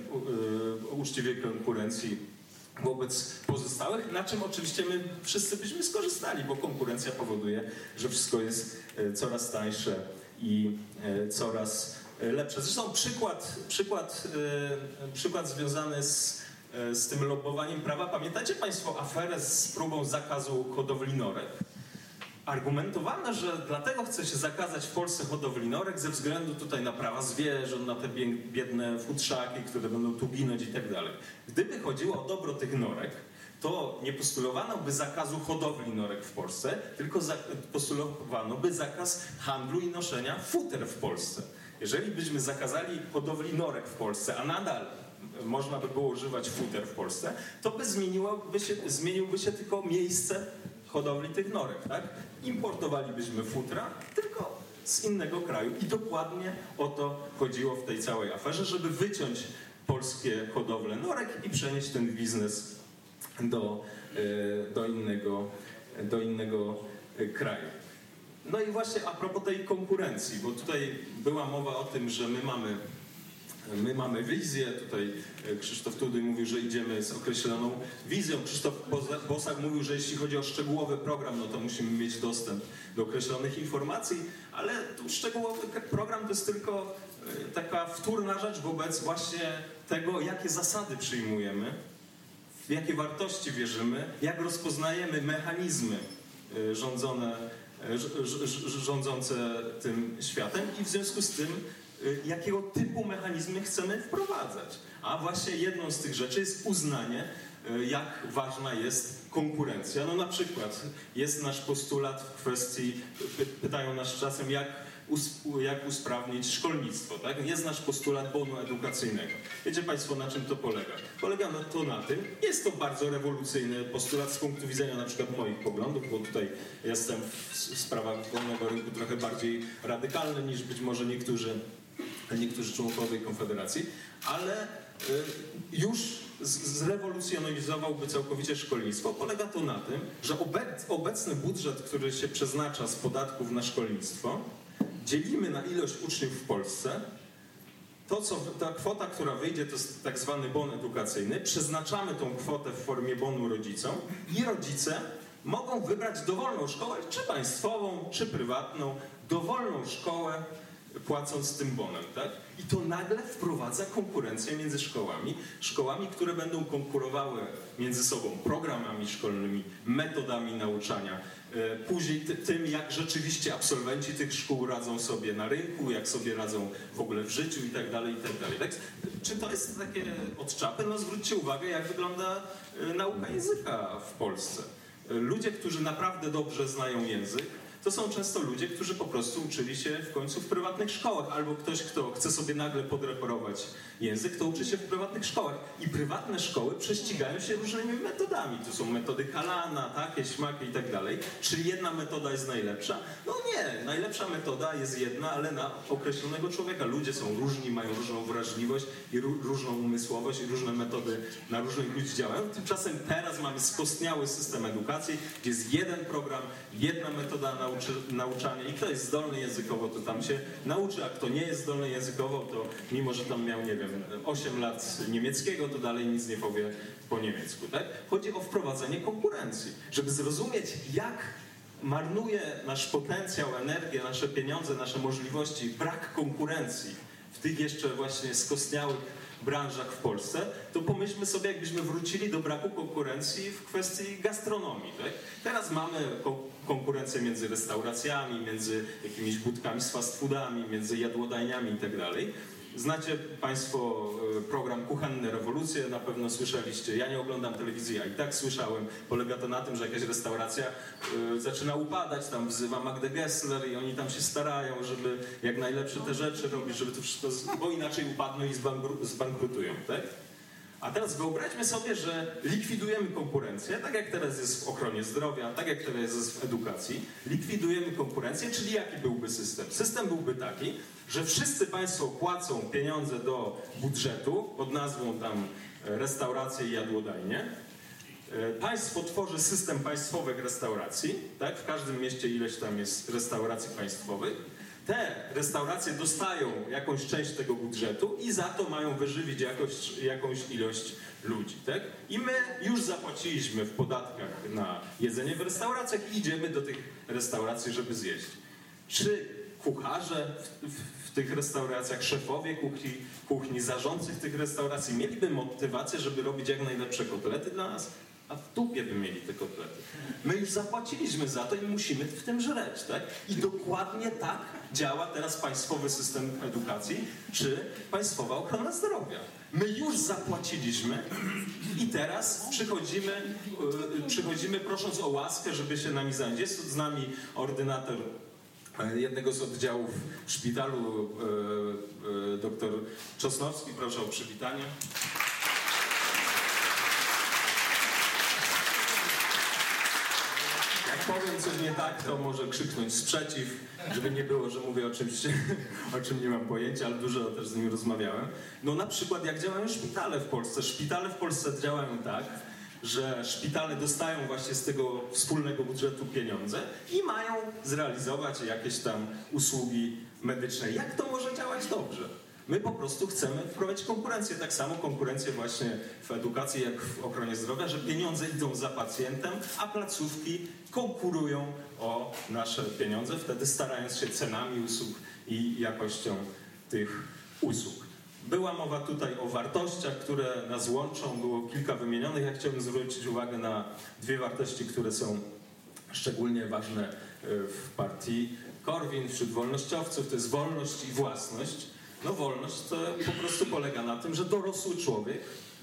e, uczciwej konkurencji wobec pozostałych, na czym oczywiście my wszyscy byśmy skorzystali, bo konkurencja powoduje, że wszystko jest e, coraz tańsze i e, coraz lepsze. Zresztą przykład, przykład, e, przykład związany z, e, z tym lobbowaniem prawa. Pamiętacie Państwo aferę z próbą zakazu hodowli norek? Argumentowano, że dlatego chce się zakazać w Polsce hodowli norek ze względu tutaj na prawa zwierząt, na te biedne futrzaki, które będą tu ginąć i tak dalej. Gdyby chodziło o dobro tych norek, to nie postulowano by zakazu hodowli norek w Polsce, tylko postulowano by zakaz handlu i noszenia futer w Polsce. Jeżeli byśmy zakazali hodowli norek w Polsce, a nadal można by było używać futer w Polsce, to by zmieniłoby się, zmieniłby się tylko miejsce hodowli tych norek, tak? Importowalibyśmy futra, tylko z innego kraju i dokładnie o to chodziło w tej całej aferze, żeby wyciąć polskie hodowle norek i przenieść ten biznes do, do, innego, do innego kraju. No i właśnie a propos tej konkurencji, bo tutaj była mowa o tym, że my mamy My mamy wizję, tutaj Krzysztof Tuduj mówił, że idziemy z określoną wizją. Krzysztof Bosak mówił, że jeśli chodzi o szczegółowy program, no to musimy mieć dostęp do określonych informacji, ale tu szczegółowy program to jest tylko taka wtórna rzecz wobec właśnie tego, jakie zasady przyjmujemy, w jakie wartości wierzymy, jak rozpoznajemy mechanizmy rządzone, rządzące tym światem i w związku z tym jakiego typu mechanizmy chcemy wprowadzać. A właśnie jedną z tych rzeczy jest uznanie, jak ważna jest konkurencja. No na przykład jest nasz postulat w kwestii, pytają nas czasem, jak, jak usprawnić szkolnictwo. Tak? Jest nasz postulat bonu edukacyjnego. Wiecie Państwo, na czym to polega? Polega to na tym, jest to bardzo rewolucyjny postulat z punktu widzenia na przykład moich poglądów, bo tutaj jestem w sprawach wolnego rynku trochę bardziej radykalny niż być może niektórzy niektórzy członkowie Konfederacji, ale już zrewolucjonizowałby całkowicie szkolnictwo. Polega to na tym, że obecny budżet, który się przeznacza z podatków na szkolnictwo, dzielimy na ilość uczniów w Polsce. To, co, ta kwota, która wyjdzie, to jest tak zwany bon edukacyjny. Przeznaczamy tą kwotę w formie bonu rodzicom i rodzice mogą wybrać dowolną szkołę, czy państwową, czy prywatną, dowolną szkołę, płacąc tym bonem, tak? I to nagle wprowadza konkurencję między szkołami, szkołami, które będą konkurowały między sobą programami szkolnymi, metodami nauczania, później tym, jak rzeczywiście absolwenci tych szkół radzą sobie na rynku, jak sobie radzą w ogóle w życiu i tak dalej, i tak dalej. Tak? Czy to jest takie od czapy? No zwróćcie uwagę, jak wygląda nauka języka w Polsce. Ludzie, którzy naprawdę dobrze znają język, to są często ludzie, którzy po prostu uczyli się w końcu w prywatnych szkołach, albo ktoś, kto chce sobie nagle podreperować język, to uczy się w prywatnych szkołach. I prywatne szkoły prześcigają się różnymi metodami. To są metody Halana, takie, śmakie i tak dalej. Czy jedna metoda jest najlepsza? No nie, najlepsza metoda jest jedna, ale na określonego człowieka. Ludzie są różni, mają różną wrażliwość i ró- różną umysłowość i różne metody na różnych ludzi działają. Tymczasem teraz mamy skostniały system edukacji, gdzie jest jeden program, jedna metoda nauki, Nauczy, nauczania i kto jest zdolny językowo, to tam się nauczy, a kto nie jest zdolny językowo, to mimo, że tam miał, nie wiem, osiem lat niemieckiego, to dalej nic nie powie po niemiecku, tak? Chodzi o wprowadzenie konkurencji, żeby zrozumieć, jak marnuje nasz potencjał, energię, nasze pieniądze, nasze możliwości, brak konkurencji w tych jeszcze właśnie skostniałych branżach w Polsce, to pomyślmy sobie, jakbyśmy wrócili do braku konkurencji w kwestii gastronomii. Tak? Teraz mamy konkurencję między restauracjami, między jakimiś budkami z fast foodami, między jadłodajniami i tak dalej. Znacie Państwo program Kuchenne Rewolucje, na pewno słyszeliście. Ja nie oglądam telewizji, a i tak słyszałem. Polega to na tym, że jakaś restauracja y, zaczyna upadać, tam wzywa Magdę Gessler i oni tam się starają, żeby jak najlepsze te rzeczy robić, żeby to wszystko, z... bo inaczej upadną i zbankru... zbankrutują, tak? A teraz wyobraźmy sobie, że likwidujemy konkurencję, tak jak teraz jest w ochronie zdrowia, tak jak teraz jest w edukacji. Likwidujemy konkurencję, czyli jaki byłby system? System byłby taki, że wszyscy Państwo płacą pieniądze do budżetu pod nazwą tam restauracje i jadłodajnie. Państwo tworzy system państwowych restauracji, tak? W każdym mieście ileś tam jest restauracji państwowych. Te restauracje dostają jakąś część tego budżetu i za to mają wyżywić jakoś, jakąś ilość ludzi, tak? I my już zapłaciliśmy w podatkach na jedzenie w restauracjach i idziemy do tych restauracji, żeby zjeść. Czy kucharze w, w, w tych restauracjach, szefowie kuchni, kuchni, zarządcy tych restauracji mieliby motywację, żeby robić jak najlepsze kotlety dla nas? A w dupie by mieli te kotlety. My już zapłaciliśmy za to i musimy w tym żreć, tak? I dokładnie tak działa teraz państwowy system edukacji, czy państwowa ochrona zdrowia. My już zapłaciliśmy i teraz przychodzimy, yy, przychodzimy prosząc o łaskę, żeby się nami zająć. Jest z nami ordynator jednego z oddziałów w szpitalu, yy, yy, doktor Czosnowski. Proszę o przywitanie. Powiem coś nie tak, to może krzyknąć sprzeciw, żeby nie było, że mówię o czymś, o czym nie mam pojęcia, ale dużo też z nim rozmawiałem. No na przykład jak działają szpitale w Polsce. Szpitale w Polsce działają tak, że szpitale dostają właśnie z tego wspólnego budżetu pieniądze i mają zrealizować jakieś tam usługi medyczne. Jak to może działać dobrze? My po prostu chcemy wprowadzić konkurencję, tak samo konkurencję właśnie w edukacji jak w ochronie zdrowia, że pieniądze idą za pacjentem, a placówki konkurują o nasze pieniądze, wtedy starając się cenami usług i jakością tych usług. Była mowa tutaj o wartościach, które nas łączą, było kilka wymienionych. Ja chciałbym zwrócić uwagę na dwie wartości, które są szczególnie ważne w partii Korwin wśród wolnościowców, to jest wolność i własność. No wolność to po prostu polega na tym, że dorosły człowiek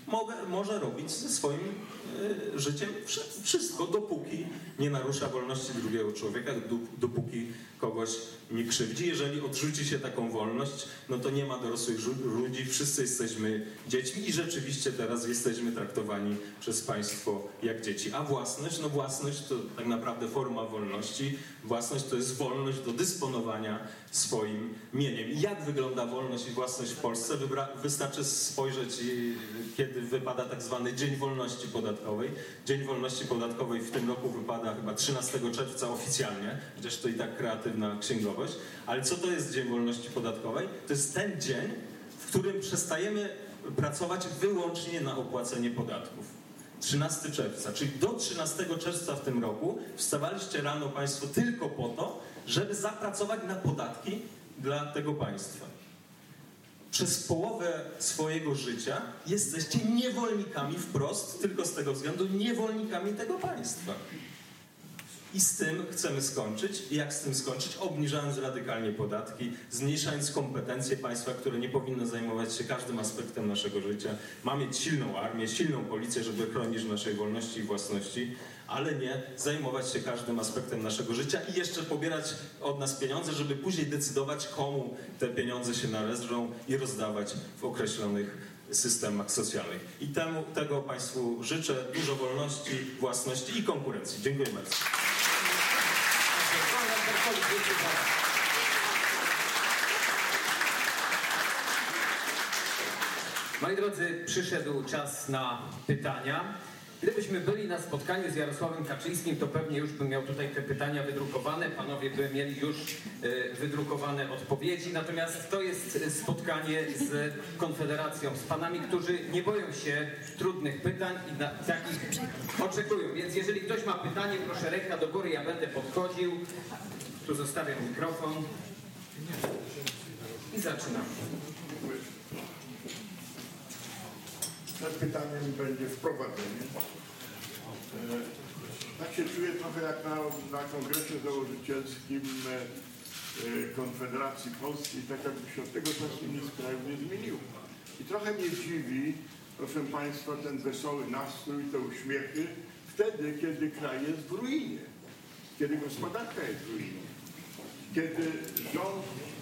mogę, może robić ze swoim y, życiem wszystko, dopóki nie narusza wolności drugiego człowieka, dopóki kogoś nie krzywdzi. Jeżeli odrzuci się taką wolność, no to nie ma dorosłych ludzi, wszyscy jesteśmy dziećmi i rzeczywiście teraz jesteśmy traktowani przez państwo jak dzieci. A własność, no własność to tak naprawdę forma wolności. Własność to jest wolność do dysponowania swoim mieniem. I jak wygląda wolność i własność w Polsce? Wybra wystarczy spojrzeć, kiedy wypada tak zwany Dzień Wolności Podatkowej. Dzień Wolności Podatkowej w tym roku wypada chyba trzynastego czerwca oficjalnie, chociaż to i tak kreatywna księgowość. Ale co to jest Dzień Wolności Podatkowej? To jest ten dzień, w którym przestajemy pracować wyłącznie na opłacenie podatków. trzynastego czerwca, czyli do trzynastego czerwca w tym roku wstawaliście rano państwo tylko po to, żeby zapracować na podatki dla tego państwa. Przez połowę swojego życia jesteście niewolnikami wprost, tylko z tego względu niewolnikami tego państwa. I z tym chcemy skończyć. I jak z tym skończyć? Obniżając radykalnie podatki, zmniejszając kompetencje państwa, które nie powinno zajmować się każdym aspektem naszego życia. Ma mieć silną armię, silną policję, żeby chronić naszej wolności i własności, ale nie zajmować się każdym aspektem naszego życia i jeszcze pobierać od nas pieniądze, żeby później decydować, komu te pieniądze się należą i rozdawać w określonych systemach socjalnych. I temu, tego państwu życzę. Dużo wolności, własności i konkurencji. Dziękuję bardzo. Moi drodzy, przyszedł czas na pytania. Gdybyśmy byli na spotkaniu z Jarosławem Kaczyńskim, to pewnie już bym miał tutaj te pytania wydrukowane. Panowie by mieli już y, wydrukowane odpowiedzi. Natomiast to jest spotkanie z Konfederacją, z panami, którzy nie boją się trudnych pytań i na takich oczekują. Więc jeżeli ktoś ma pytanie, proszę ręka do góry, ja będę podchodził. Tu zostawiam mikrofon i zaczynamy. Przed pytaniem będzie wprowadzenie. Tak się czuję trochę jak na, na kongresie założycielskim Konfederacji Polskiej, tak jakby się od tego czasu nic w kraju nie zmieniło. I trochę mnie dziwi, proszę Państwa, ten wesoły nastrój, te uśmiechy, wtedy, kiedy kraj jest w ruinie, kiedy gospodarka jest w ruinie, kiedy rząd,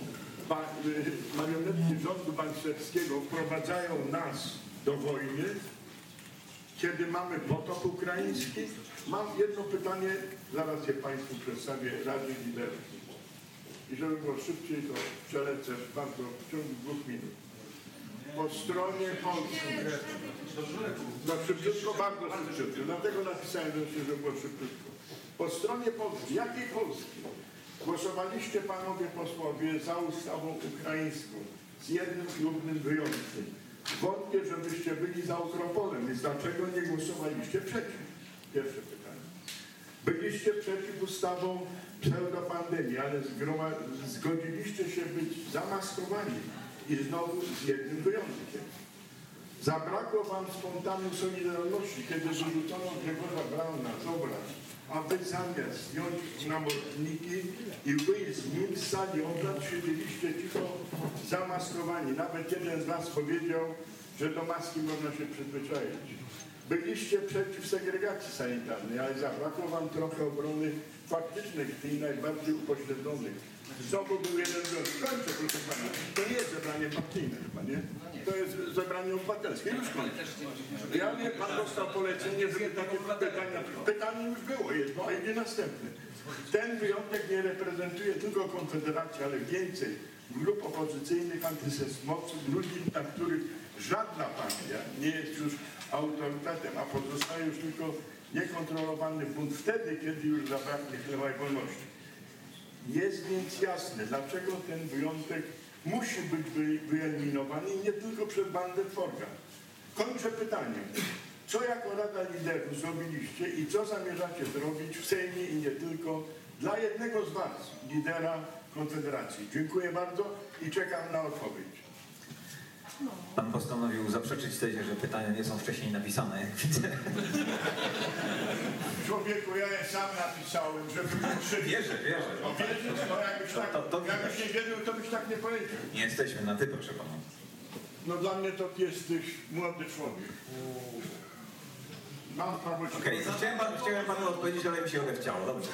marionetki rządu banksterskiego wprowadzają nas do wojny, kiedy mamy potop ukraiński. Mam jedno pytanie, zaraz je Państwu przedstawię, Radzie Liderów. I żeby było szybciej, to przelecę bardzo w ciągu dwóch minut. Po stronie polskiej, no szybciutko, bardzo szybciutko, dlatego napisałem, żeby było szybciutko. Po stronie polskiej, jakiej Polski? Głosowaliście Panowie posłowie za ustawą ukraińską z jednym trudnym wyjątkiem. Wątpię, żebyście byli za Ukropolem, więc dlaczego nie głosowaliście przeciw? Pierwsze pytanie. Byliście przeciw ustawom pseudopandemii, ale zgodziliście się być zamaskowani i znowu z jednym wyjątkiem. Zabrakło wam spontanicznej solidarności, kiedy wyrzucono Grzegorza Brauna z obrad, a wy zamiast zdjąć namordniki i wyjść z nim z sali obrad siedzieliście cicho zamaskowani. Nawet jeden z was powiedział, że do maski można się przyzwyczaić. Byliście przeciw segregacji sanitarnej, ale zabrakło wam trochę obrony faktycznej tych najbardziej upośledzonych. Znowu był jeden rząd. Kończę, proszę pana. To nie jest zebranie partyjne chyba, nie? To jest zebranie obywatelskie. Już kończę. Ja wiem, pan dostał polecenie, żeby takie pytania... Pytanie już było, jest, no a idzie następne. Ten wyjątek nie reprezentuje tylko Konfederacji, ale więcej grup opozycyjnych, antysystemowców, ludzi, na których żadna partia nie jest już autorytetem, a pozostaje już tylko niekontrolowany bunt wtedy, kiedy już zabraknie chleba i wolności. Jest więc jasne, dlaczego ten wyjątek musi być wyeliminowany i nie tylko przez bandę Forga. Kończę pytaniem. Co jako Rada Liderów zrobiliście i co zamierzacie zrobić w Sejmie i nie tylko dla jednego z was, lidera Konfederacji? Dziękuję bardzo i czekam na odpowiedź. Pan postanowił zaprzeczyć tezie, że pytania nie są wcześniej napisane, jak widzę. Człowieku, ja je sam napisałem, żeby był szybki. Wierzę, wierzę. No wierzysz, no jakbyś tak, To- to jakbyś nie wierzył, to byś tak nie powiedział. Nie jesteśmy na ty, proszę pana. No dla mnie to jesteś młody człowiek. Mam prawo ci Okej, okay, chciałem, pan, chciałem panu odpowiedzieć, ale mi się odechciało. Dobrze.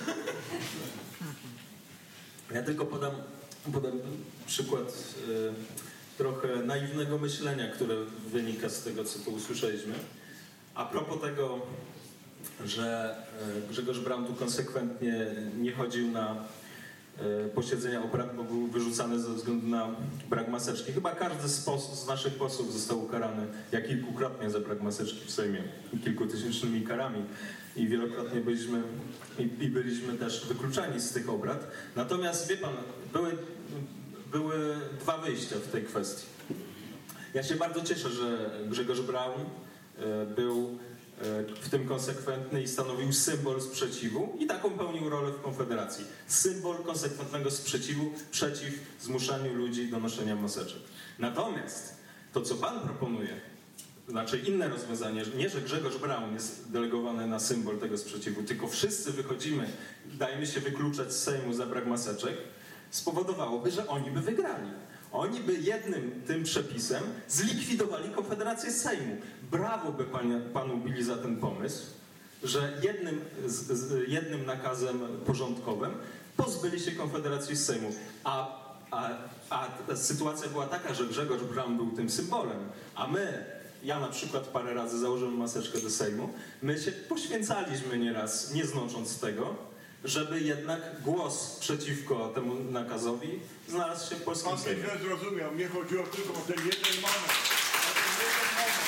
Ja tylko podam, podam przykład y, trochę naiwnego myślenia, które wynika z tego, co tu usłyszeliśmy. A propos tego, że y, Grzegorz Braun tu konsekwentnie nie chodził na y, posiedzenia obrad, bo był wyrzucany ze względu na brak maseczki. Chyba każdy z, pos- z naszych posłów został ukarany, ja kilkukrotnie za brak maseczki w Sejmie, kilkutysięcznymi karami. I wielokrotnie byliśmy, i, i byliśmy też wykluczani z tych obrad. Natomiast wie pan, były, były dwa wyjścia w tej kwestii. Ja się bardzo cieszę, że Grzegorz Braun e, był e, w tym konsekwentny i stanowił symbol sprzeciwu i taką pełnił rolę w Konfederacji. Symbol konsekwentnego sprzeciwu przeciw zmuszaniu ludzi do noszenia maseczek. Natomiast to, co pan proponuje, znaczy inne rozwiązanie, nie, że Grzegorz Braun jest delegowany na symbol tego sprzeciwu, tylko wszyscy wychodzimy, dajemy się wykluczać z Sejmu za brak maseczek, spowodowałoby, że oni by wygrali. Oni by jednym tym przepisem zlikwidowali Konfederację z Sejmu. Brawo by panie, panu bili za ten pomysł, że jednym, z, z, jednym nakazem porządkowym pozbyli się Konfederacji z Sejmu. A, a, a ta sytuacja była taka, że Grzegorz Braun był tym symbolem, a my, ja na przykład parę razy założyłem maseczkę do Sejmu, my się poświęcaliśmy nieraz, nie znosząc z tego, żeby jednak głos przeciwko temu nakazowi znalazł się w polskim Sejmie. Pan źle zrozumiał, mnie chodziło tylko o ten jeden moment. O ten jeden moment.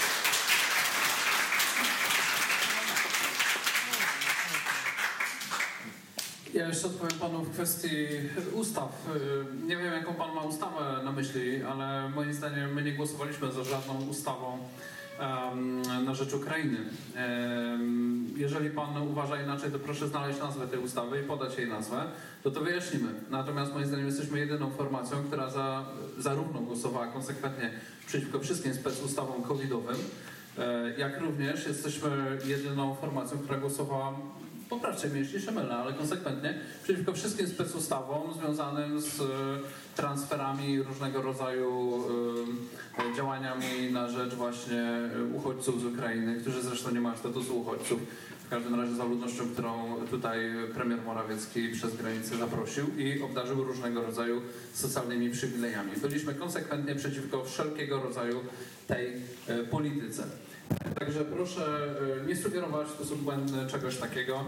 Ja jeszcze odpowiem panu w kwestii ustaw. Nie wiem, jaką pan ma ustawę na myśli, ale moim zdaniem my nie głosowaliśmy za żadną ustawą um, na rzecz Ukrainy. Um, jeżeli pan uważa inaczej, to proszę znaleźć nazwę tej ustawy i podać jej nazwę, to to wyjaśnimy. Natomiast moim zdaniem jesteśmy jedyną formacją, która za, zarówno głosowała konsekwentnie przeciwko wszystkim specustawom covidowym, jak również jesteśmy jedyną formacją, która głosowała, poprawcie mnie, jeśli się mylę, ale konsekwentnie przeciwko wszystkim specustawom związanym z transferami, różnego rodzaju y, działaniami na rzecz właśnie uchodźców z Ukrainy, którzy zresztą nie mają statusu uchodźców. W każdym razie za ludnością, którą tutaj premier Morawiecki przez granicę zaprosił i obdarzył różnego rodzaju socjalnymi przywilejami. Byliśmy konsekwentnie przeciwko wszelkiego rodzaju tej y, polityce. Także proszę nie sugerować w sposób błędny czegoś takiego,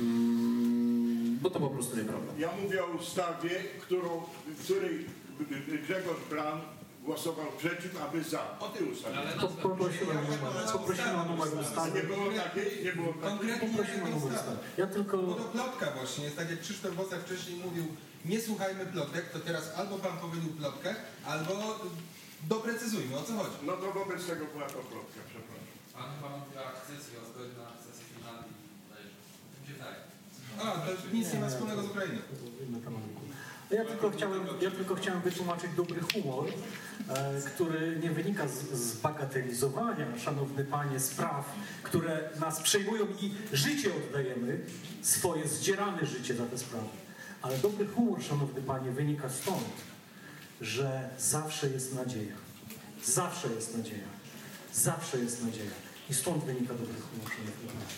bo to po prostu nieprawda. Ja mówię o ustawie, którą, której Grzegorz Braun głosował przeciw, aby za. O tej ustawie. To poprosimy o numer ustawy. Nie było takiej? Nie było takiej? Poprosimy o numer ustawy. Ja tylko... Bo to plotka właśnie jest, tak jak Krzysztof Bosak wcześniej mówił, nie słuchajmy plotek, to teraz albo pan powiedział plotkę, albo doprecyzujmy, o co chodzi. No to wobec tego była to plotka, przepraszam. Pan chyba mówił o akcesji, o zgodzie na akcesję Finlandii. Tak. A, to nic nie ma wspólnego z Ukrainą. Ja tylko chciałem, ja tylko chciałem wytłumaczyć dobry humor, e, który nie wynika z, z bagatelizowania, szanowny panie, spraw, które nas przejmują i życie oddajemy, swoje zdzierane życie za te sprawy. Ale dobry humor, szanowny panie, wynika stąd, że zawsze jest nadzieja. Zawsze jest nadzieja. Zawsze jest nadzieja. I stąd wynika dobry humor, szanowny panie.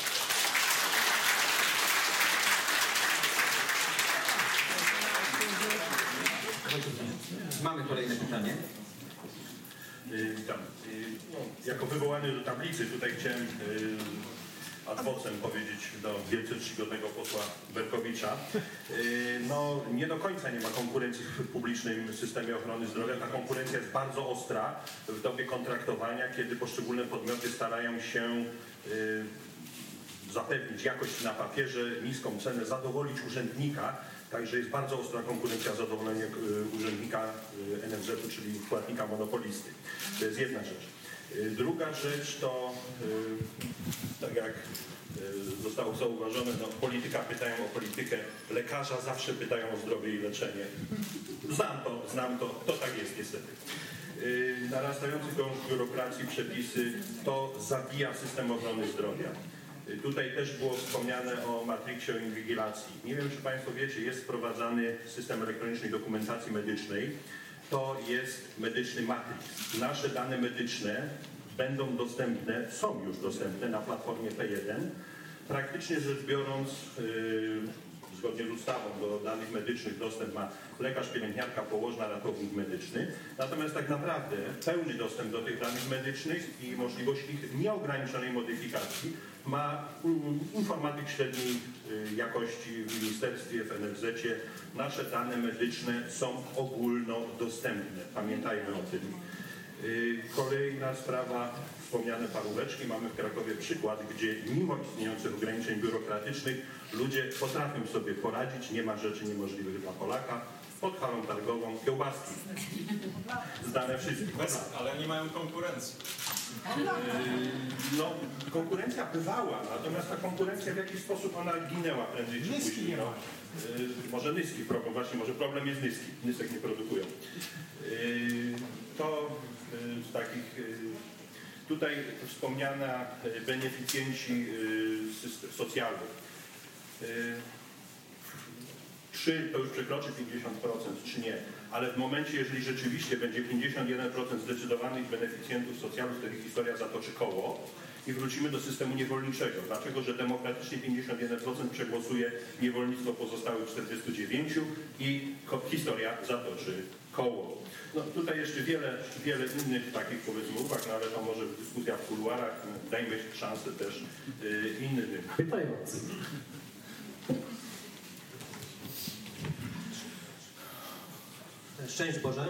Mamy kolejne pytanie. Witam. Jako wywołany do tablicy tutaj chciałem ad vocem powiedzieć do wielce czcigodnego posła Berkowicza. No nie do końca nie ma konkurencji w publicznym systemie ochrony zdrowia. Ta konkurencja jest bardzo ostra w dobie kontraktowania, kiedy poszczególne podmioty starają się zapewnić jakość na papierze, niską cenę, zadowolić urzędnika. Także jest bardzo ostra konkurencja zadowolenia urzędnika N F Z-u, czyli płatnika monopolisty. To jest jedna rzecz. Druga rzecz to, tak jak zostało zauważone, no, polityka pytają o politykę, lekarza zawsze pytają o zdrowie i leczenie. Znam to, znam to, to tak jest niestety. Narastający koszt biurokracji, przepisy, to zabija system ochrony zdrowia. Tutaj też było wspomniane o matrixie, o inwigilacji. Nie wiem, czy Państwo wiecie, jest wprowadzany system elektronicznej dokumentacji medycznej. to jest medyczny Matrix. Nasze dane medyczne będą dostępne, są już dostępne na platformie P jeden. Praktycznie rzecz biorąc, yy, zgodnie z ustawą do danych medycznych dostęp ma lekarz, pielęgniarka, położna, ratownik medyczny. Natomiast tak naprawdę pełny dostęp do tych danych medycznych i możliwość ich nieograniczonej modyfikacji ma um, informatyk średniej y, jakości w ministerstwie, w N F Z-cie. Nasze dane medyczne są ogólnodostępne. Pamiętajmy o tym. Y, kolejna sprawa, wspomniane paróweczki. Mamy w Krakowie przykład, gdzie mimo istniejących ograniczeń biurokratycznych ludzie potrafią sobie poradzić. Nie ma rzeczy niemożliwych dla Polaka. Pod halą targową kiełbaski. Zdane wszystkich. Ale nie mają konkurencji. Yy, no, konkurencja bywała, natomiast ta konkurencja w jakiś sposób ona ginęła prędzej czy później. Nie ma. Yy, może Nyski problem, właśnie może problem jest Nyski. Nysek nie produkują. Yy, to yy, z takich yy, tutaj wspomniana yy, beneficjenci yy, socjalnych. Yy, Czy to już przekroczy pięćdziesiąt procent, czy nie, ale w momencie, jeżeli rzeczywiście będzie pięćdziesiąt jeden procent zdecydowanych beneficjentów socjalnych, wtedy historia zatoczy koło i wrócimy do systemu niewolniczego. Dlaczego? Że demokratycznie pięćdziesiąt jeden procent przegłosuje niewolnictwo pozostałych czterdziestu dziewięciu i historia zatoczy koło. No, tutaj jeszcze wiele, wiele innych takich, powiedzmy, uwag, no, ale to może dyskusja w kuluarach, dajmy szansę też yy, innym. Pytający. Szczęść Boże.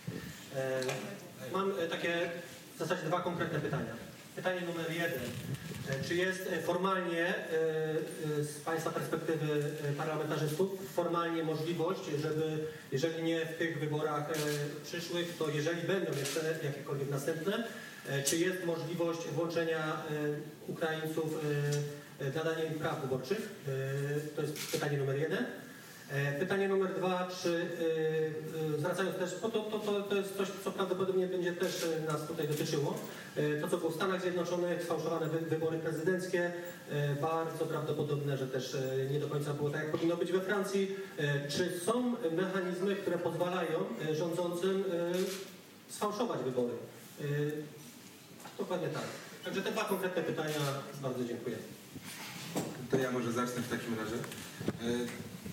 Mam takie w zasadzie dwa konkretne pytania. Pytanie numer jeden. Czy jest formalnie, z Państwa perspektywy parlamentarzystów, formalnie możliwość, żeby, jeżeli nie w tych wyborach przyszłych, to jeżeli będą jeszcze jakiekolwiek następne, czy jest możliwość włączenia Ukraińców, nadania im praw wyborczych? To jest pytanie numer jeden. Pytanie numer dwa, czy yy, zwracając też, bo to, to, to, to jest coś, co prawdopodobnie będzie też nas tutaj dotyczyło, yy, to co było w Stanach Zjednoczonych, sfałszowane wy, wybory prezydenckie, yy, bardzo prawdopodobne, że też yy, nie do końca było tak, jak powinno być we Francji. Yy, czy są mechanizmy, które pozwalają yy, rządzącym yy, sfałszować wybory? Yy, dokładnie tak. Także te dwa konkretne pytania, bardzo dziękuję. To ja może zacznę w takim razie. Yy...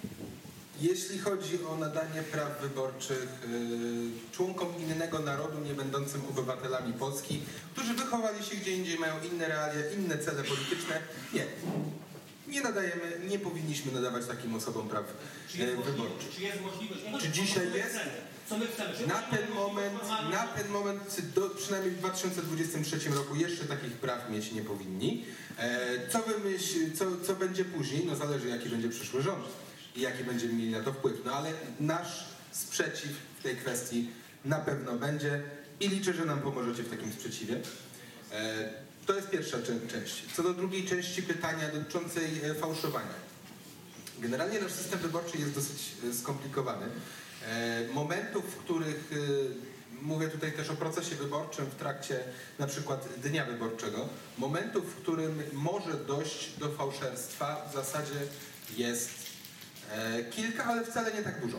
Jeśli chodzi o nadanie praw wyborczych y, członkom innego narodu, nie będącym obywatelami Polski, którzy wychowali się gdzie indziej, mają inne realia, inne cele polityczne, nie. Nie nadajemy, nie powinniśmy nadawać takim osobom praw y, wyborczych. Czy jest możliwość? Czy dzisiaj jest? Co my chcemy? Na ten moment, na ten moment do, przynajmniej w dwa tysiące dwudziestym trzecim roku jeszcze takich praw mieć nie powinni. E, co wy myśl, co, co będzie później? No zależy, jaki będzie przyszły rząd i jaki będziemy mieli na to wpływ. No ale nasz sprzeciw w tej kwestii na pewno będzie i liczę, że nam pomożecie w takim sprzeciwie. E, to jest pierwsza część. Co do drugiej części pytania dotyczącej fałszowania. Generalnie nasz system wyborczy jest dosyć skomplikowany. E, momentów, w których, e, mówię tutaj też o procesie wyborczym w trakcie na przykład dnia wyborczego, momentów, w którym może dojść do fałszerstwa w zasadzie jest kilka, ale wcale nie tak dużo.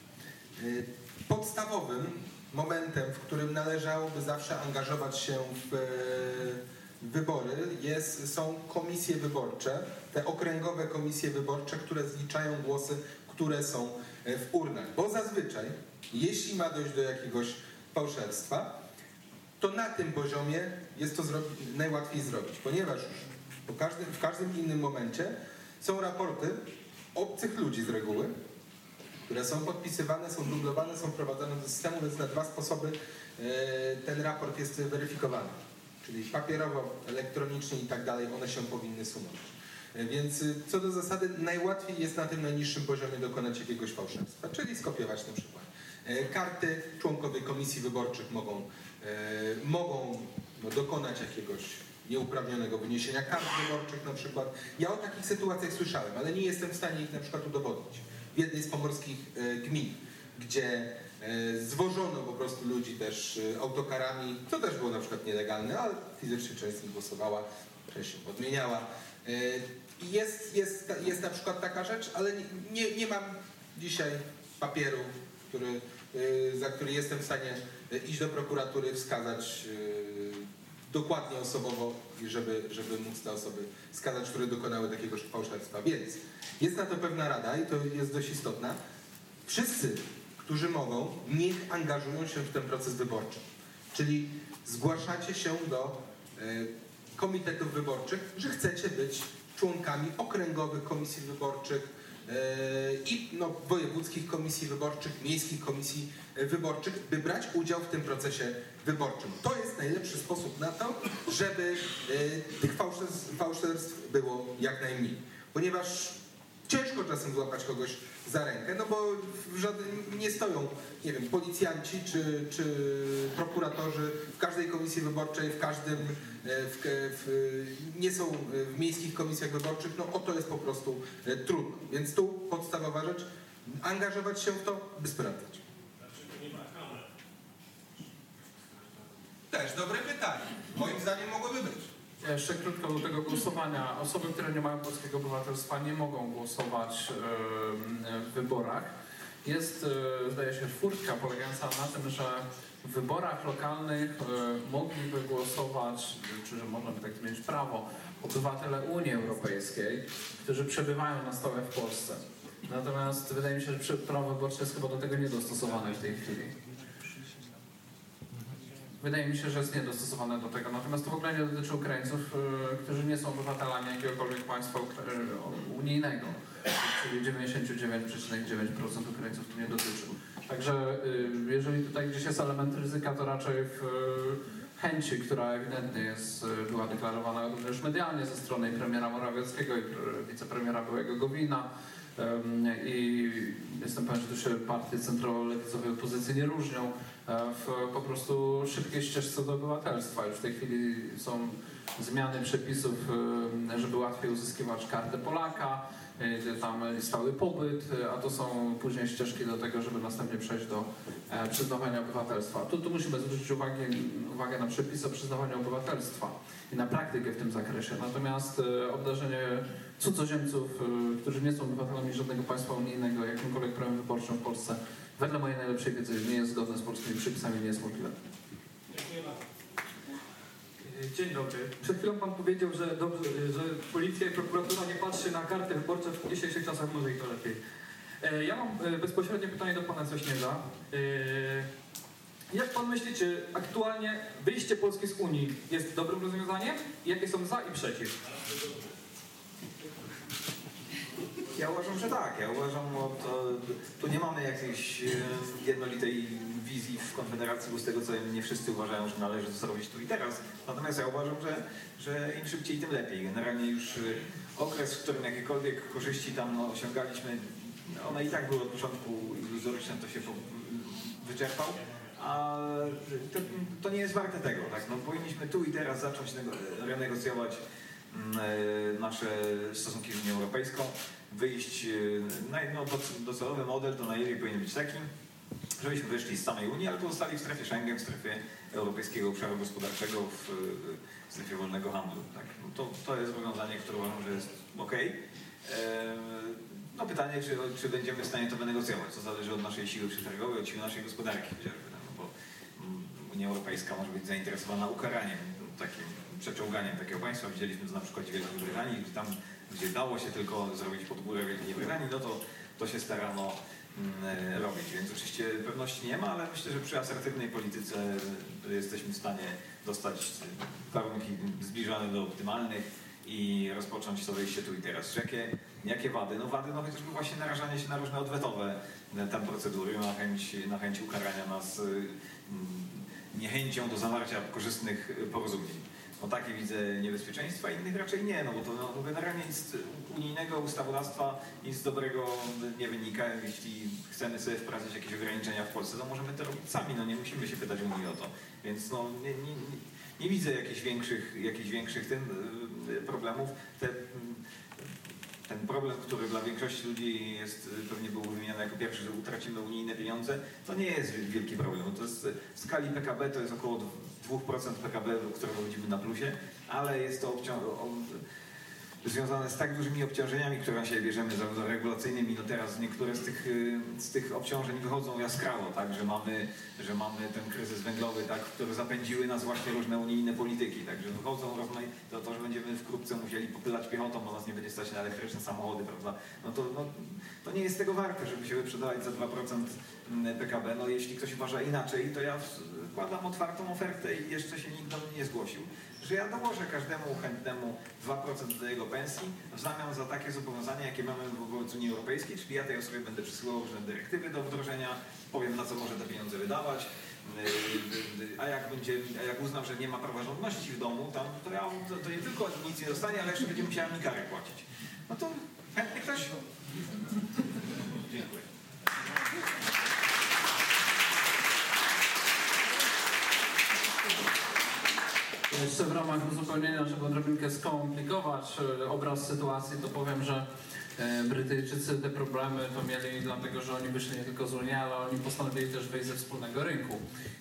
Podstawowym momentem, w którym należałoby zawsze angażować się w wybory, jest, są komisje wyborcze, te okręgowe komisje wyborcze, które zliczają głosy, które są w urnach. Bo zazwyczaj, jeśli ma dojść do jakiegoś fałszerstwa, to na tym poziomie jest to zrobi- najłatwiej zrobić, ponieważ już po każdym, w każdym innym momencie są raporty obcych ludzi z reguły, które są podpisywane, są dublowane, są wprowadzane do systemu, więc na dwa sposoby ten raport jest weryfikowany. Czyli papierowo, elektronicznie i tak dalej, one się powinny sunąć. Więc co do zasady najłatwiej jest na tym najniższym poziomie dokonać jakiegoś fałszerstwa, czyli skopiować na przykład karty. Członkowie komisji wyborczych mogą, mogą no, dokonać jakiegoś nieuprawnionego wyniesienia kart wyborczych na przykład. Ja o takich sytuacjach słyszałem, ale nie jestem w stanie ich na przykład udowodnić. W jednej z pomorskich e, gmin, gdzie e, zwożono po prostu ludzi też e, autokarami, co też było na przykład nielegalne, ale fizycznie część z nich głosowała, część się odmieniała. E, jest, jest, jest na przykład taka rzecz, ale nie, nie mam dzisiaj papieru, który za który jestem w stanie iść do prokuratury, wskazać dokładnie osobowo, żeby, żeby móc te osoby skazać, które dokonały takiego fałszerstwa. Więc jest na to pewna rada i to jest dość istotna. Wszyscy, którzy mogą, niech angażują się w ten proces wyborczy. Czyli zgłaszacie się do komitetów wyborczych, że chcecie być członkami okręgowych komisji wyborczych i no, wojewódzkich komisji wyborczych, miejskich komisji wyborczych, by brać udział w tym procesie wyborczym. To jest najlepszy sposób na to, żeby tych fałszerstw, fałszerstw było jak najmniej. Ponieważ ciężko czasem złapać kogoś za rękę, no bo w żadnym, nie stoją, nie wiem, policjanci czy, czy prokuratorzy w każdej komisji wyborczej, w każdym, w, w, nie są w miejskich komisjach wyborczych, no o to jest po prostu trudno. Więc tu podstawowa rzecz, angażować się w to, by sprawdzać. Też dobre pytanie. Moim zdaniem mogłoby być. Jeszcze krótko do tego głosowania. Osoby, które nie mają polskiego obywatelstwa, nie mogą głosować w wyborach. Jest, zdaje się, furtka polegająca na tym, że w wyborach lokalnych mogliby głosować, czy że można by tak mieć prawo, obywatele Unii Europejskiej, którzy przebywają na stałe w Polsce. Natomiast wydaje mi się, że prawo wyborcze jest chyba do tego niedostosowane w tej chwili. Wydaje mi się, że jest niedostosowane do tego. Natomiast to w ogóle nie dotyczy Ukraińców, którzy nie są obywatelami jakiegokolwiek państwa unijnego. Czyli dziewięćdziesiąt dziewięć przecinek dziewięć procent Ukraińców to nie dotyczy. Także jeżeli tutaj gdzieś jest element ryzyka, to raczej w chęci, która ewidentnie jest, była deklarowana również medialnie ze strony premiera Morawieckiego i wicepremiera byłego Gowina. I jestem pewien, że tu się partie centrolewicowej opozycji nie różnią w po prostu szybkiej ścieżce do obywatelstwa. Już w tej chwili są zmiany przepisów, żeby łatwiej uzyskiwać kartę Polaka, tam stały pobyt, a to są później ścieżki do tego, żeby następnie przejść do przyznawania obywatelstwa. Tu, tu musimy zwrócić uwagę, uwagę na przepisy o przyznawaniu obywatelstwa i na praktykę w tym zakresie. Natomiast obdarzenie cudzoziemców, którzy nie są obywatelami żadnego państwa unijnego, jakimkolwiek prawem wyborczym w Polsce, wedle mojej najlepszej wiedzy nie jest zgodne z polskimi przepisami, nie jest możliwe. Dzień dobry. Przed chwilą Pan powiedział, że, dobrze, że policja i prokuratura nie patrzy na karty wyborcze, w dzisiejszych czasach może i to lepiej. Ja mam bezpośrednie pytanie do Pana Sośnierza. Jak Pan myśli, czy aktualnie wyjście Polski z Unii jest dobrym rozwiązaniem? Jakie są za i przeciw? Ja uważam, że tak. Ja uważam, że to, tu nie mamy jakiejś jednolitej wizji w Konfederacji, bo z tego co wiem, nie wszyscy uważają, że należy to zrobić tu i teraz. Natomiast ja uważam, że, że im szybciej, tym lepiej. Generalnie już okres, w którym jakiekolwiek korzyści tam no, osiągaliśmy, one i tak były od początku iluzoryczne, to się wyczerpał. A to, to nie jest warte tego, tak? No, powinniśmy tu i teraz zacząć renegocjować nasze stosunki z Unią Europejską, wyjść, no docelowy model to najlepiej powinien być taki, żebyśmy wyszli z samej Unii, ale pozostali w strefie Schengen, w strefie Europejskiego Obszaru Gospodarczego, w, w strefie wolnego handlu. Tak? No to, to jest rozwiązanie, które uważam, że jest ok. No pytanie, czy, czy będziemy w stanie to wynegocjować, co zależy od naszej siły przetargowej, od siły naszej gospodarki chociażby, no bo Unia Europejska może być zainteresowana ukaraniem takim przeczołganiem takiego państwa. Widzieliśmy to na przykładzie Wielkiej Brytanii, tam gdzie dało się tylko zrobić pod górę Wielkiej Brytanii, no to, to się starano mm, robić. Więc oczywiście pewności nie ma, ale myślę, że przy asertywnej polityce jesteśmy w stanie dostać warunki zbliżone do optymalnych i rozpocząć to wejście tu i teraz. Jakie, jakie wady? No wady, no chociażby właśnie narażanie się na różne odwetowe tam procedury, na chęć, na chęć ukarania nas mm, niechęcią do zawarcia korzystnych porozumień. No takie widzę niebezpieczeństwa, innych raczej nie, no bo to no, generalnie z unijnego ustawodawstwa nic dobrego nie wynika. Jeśli chcemy sobie wprowadzić jakieś ograniczenia w Polsce, to możemy to robić sami, no nie musimy się pytać Unii o to. Więc no nie, nie, nie widzę jakichś większych, jakichś większych tym problemów. Te, ten problem, który dla większości ludzi jest, pewnie był wymieniany jako pierwszy, że utracimy unijne pieniądze, to nie jest wielki problem. To jest, w skali P K B to jest około dwa procent P K B, którego widzimy na plusie, ale jest to związane z tak dużymi obciążeniami, które na siebie bierzemy, zarówno regulacyjnymi, no teraz niektóre z tych, z tych obciążeń wychodzą jaskrawo, tak, że mamy, że mamy ten kryzys węglowy, tak, który zapędziły nas właśnie różne unijne polityki, także wychodzą rozmai- to, to, że będziemy wkrótce musieli popylać piechotą, bo nas nie będzie stać na elektryczne samochody, prawda, no to, no, to nie jest tego warte, żeby się wyprzedawać za dwa procent P K B, no jeśli ktoś uważa inaczej, to ja wkładam otwartą ofertę i jeszcze się nikt do mnie nie zgłosił, że ja dołożę każdemu chętnemu dwa procent do jego pensji w zamian za takie zobowiązania, jakie mamy wobec Unii Europejskiej, czyli ja tej osobie będę przysyłał różne dyrektywy do wdrożenia, powiem, na co może te pieniądze wydawać, a jak będzie, a jak uznam, że nie ma praworządności w domu, tam, to ja to, to nie tylko nic nie dostanie, ale jeszcze będzie musiała mi karę płacić. No to chętnie ktoś? Dziękuję. Jeszcze w ramach uzupełnienia, żeby odrobinkę skomplikować obraz sytuacji, to powiem, że Brytyjczycy te problemy to mieli dlatego, że oni wyszli nie tylko z Unii, ale oni postanowili też wyjść ze wspólnego rynku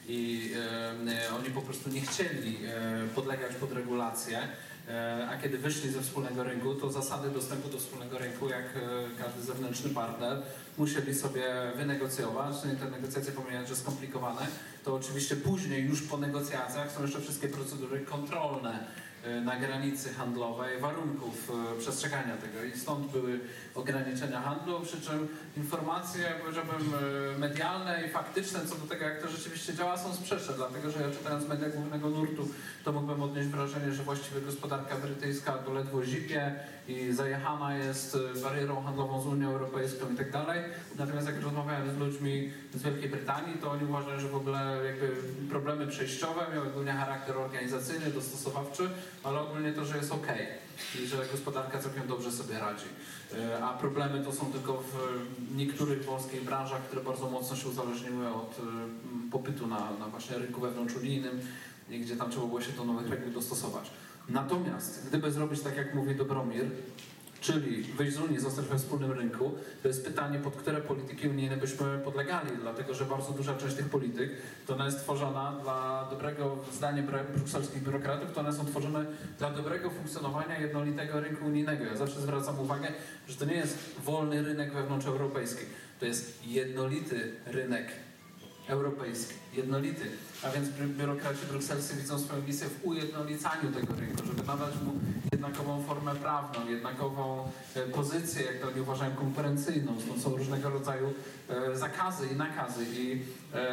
i e, oni po prostu nie chcieli e, podlegać pod regulacje, e, a kiedy wyszli ze wspólnego rynku, to zasady dostępu do wspólnego rynku, jak e, każdy zewnętrzny partner, musieli sobie wynegocjować. No i te negocjacje, pomijając, że skomplikowane, to oczywiście później już po negocjacjach są jeszcze wszystkie procedury kontrolne na granicy handlowej, warunków przestrzegania tego i stąd były ograniczenia handlu, przy czym informacje, powiedziałbym, medialne i faktyczne co do tego, jak to rzeczywiście działa, są sprzeczne, dlatego że ja czytając media głównego nurtu, to mógłbym odnieść wrażenie, że właściwie gospodarka brytyjska to ledwo zipie i zajechana jest barierą handlową z Unią Europejską i tak dalej. Natomiast jak rozmawiałem z ludźmi z Wielkiej Brytanii, to oni uważają, że w ogóle jakby problemy przejściowe miały głównie charakter organizacyjny, dostosowawczy, ale ogólnie to, że jest ok i że gospodarka całkiem dobrze sobie radzi. A problemy to są tylko w niektórych polskich branżach, które bardzo mocno się uzależniły od popytu na, na właśnie rynku wewnątrzunijnym, gdzie tam trzeba było się do nowych reguł dostosować. Natomiast gdyby zrobić tak, jak mówi Dobromir, czyli wyjść z Unii, zostać we wspólnym rynku, to jest pytanie, pod które polityki unijne byśmy podlegali, dlatego że bardzo duża część tych polityk, to ona jest tworzona dla dobrego, zdaniem brukselskich biurokratów, to one są tworzone dla dobrego funkcjonowania jednolitego rynku unijnego. Ja zawsze zwracam uwagę, że to nie jest wolny rynek wewnątrzeuropejski, to jest jednolity rynek europejski, jednolity, a więc biurokraci brukselscy widzą swoją misję w ujednolicaniu tego rynku, żeby nadać mu jednakową formę prawną, jednakową pozycję, jak to oni uważają, konkurencyjną. Stąd są różnego rodzaju zakazy i nakazy i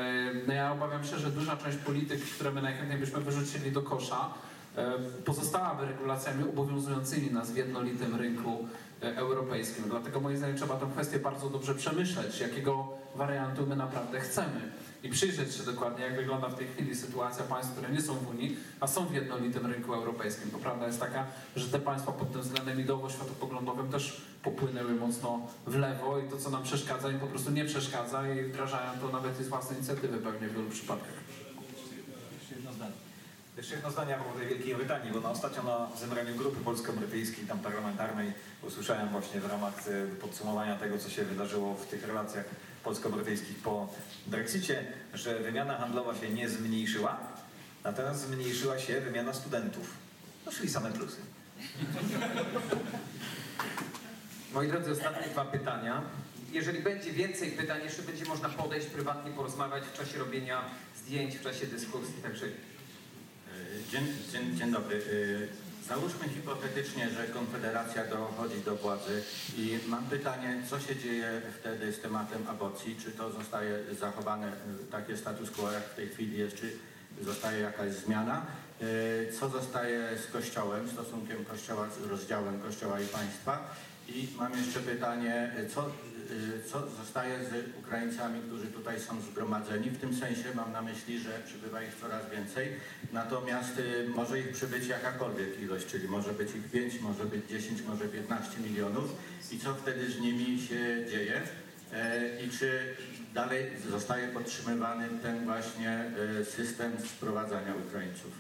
no ja obawiam się, że duża część polityk, które my najchętniej byśmy wyrzucili do kosza, pozostałaby regulacjami obowiązującymi nas w jednolitym rynku europejskim. Dlatego moim zdaniem trzeba tę kwestię bardzo dobrze przemyśleć, jakiego wariantu my naprawdę chcemy i przyjrzeć się dokładnie, jak wygląda w tej chwili sytuacja państw, które nie są w Unii, a są w jednolitym rynku europejskim. Bo prawda jest taka, że te państwa pod tym względem ideowo-światopoglądowym też popłynęły mocno w lewo i to, co nam przeszkadza, im po prostu nie przeszkadza i wdrażają to nawet z własnej inicjatywy pewnie w wielu przypadkach. Jeszcze jedno zdanie a propos tej Wielkiej Brytanii, bo na ostatnio na zebraniu grupy polsko-brytyjskiej, tam parlamentarnej, usłyszałem właśnie w ramach podsumowania tego, co się wydarzyło w tych relacjach polsko-brytyjskich po Brexicie, że wymiana handlowa się nie zmniejszyła, natomiast zmniejszyła się wymiana studentów. No, czyli same plusy. Moi drodzy, ostatnie dwa pytania. Jeżeli będzie więcej pytań, jeszcze będzie można podejść, prywatnie porozmawiać w czasie robienia zdjęć, w czasie dyskusji, także... Dzień, dzień, dzień dobry. Załóżmy hipotetycznie, że Konfederacja dochodzi do władzy i mam pytanie, co się dzieje wtedy z tematem aborcji? Czy to zostaje zachowane takie status quo, jak w tej chwili jest, czy zostaje jakaś zmiana? Co zostaje z Kościołem, stosunkiem Kościoła, z rozdziałem Kościoła i państwa? I mam jeszcze pytanie, co, co zostaje z Ukraińcami, którzy tutaj są zgromadzeni? W tym sensie mam na myśli, że przybywa ich coraz więcej, natomiast może ich przybyć jakakolwiek ilość, czyli może być ich pięć, może być dziesięć, może piętnaście milionów. I co wtedy z nimi się dzieje? I czy dalej zostaje podtrzymywany ten właśnie system sprowadzania Ukraińców?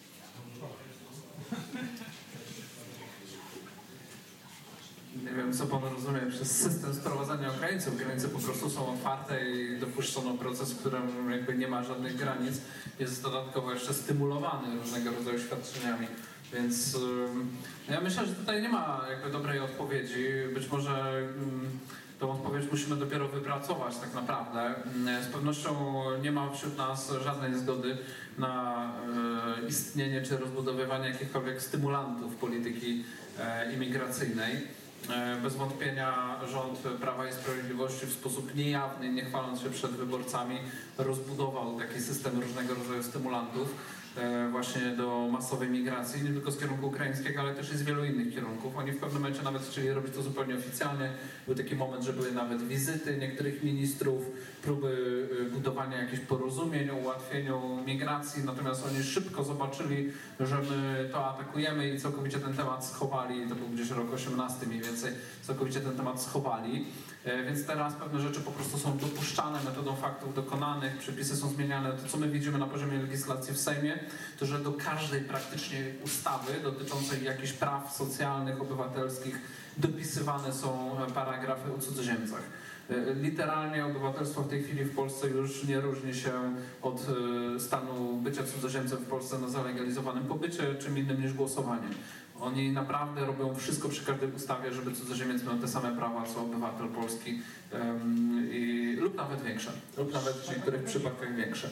Nie wiem, co pan rozumie przez system sprowadzania Ukraińców. Granice po prostu są otwarte i dopuszczono proces, w którym jakby nie ma żadnych granic. Jest dodatkowo jeszcze stymulowany różnego rodzaju świadczeniami Więc y, ja myślę, że tutaj nie ma jakby dobrej odpowiedzi. Być może y, tą odpowiedź musimy dopiero wypracować tak naprawdę. Z pewnością nie ma wśród nas żadnej zgody na y, istnienie czy rozbudowywanie jakichkolwiek stymulantów polityki y, imigracyjnej. Bez wątpienia rząd Prawa i Sprawiedliwości w sposób niejawny, nie chwaląc się przed wyborcami, rozbudował taki system różnego rodzaju stymulantów właśnie do masowej migracji, nie tylko z kierunku ukraińskiego, ale też i z wielu innych kierunków. Oni w pewnym momencie nawet chcieli robić to zupełnie oficjalnie. Był taki moment, że były nawet wizyty niektórych ministrów, próby budowania jakichś porozumień o ułatwieniu migracji, natomiast oni szybko zobaczyli, że my to atakujemy i całkowicie ten temat schowali, to był gdzieś rok osiemnasty mniej więcej, całkowicie ten temat schowali. Więc teraz pewne rzeczy po prostu są dopuszczane metodą faktów dokonanych, przepisy są zmieniane. To, co my widzimy na poziomie legislacji w Sejmie, to że do każdej praktycznie ustawy dotyczącej jakichś praw socjalnych, obywatelskich dopisywane są paragrafy o cudzoziemcach. Literalnie obywatelstwo w tej chwili w Polsce już nie różni się od stanu bycia cudzoziemcem w Polsce na zalegalizowanym pobycie, czym innym niż głosowanie. Oni naprawdę robią wszystko przy każdej ustawie, żeby cudzoziemiec miał te same prawa co obywatel polski um, i, lub nawet większe, lub nawet w niektórych przypadkach większe.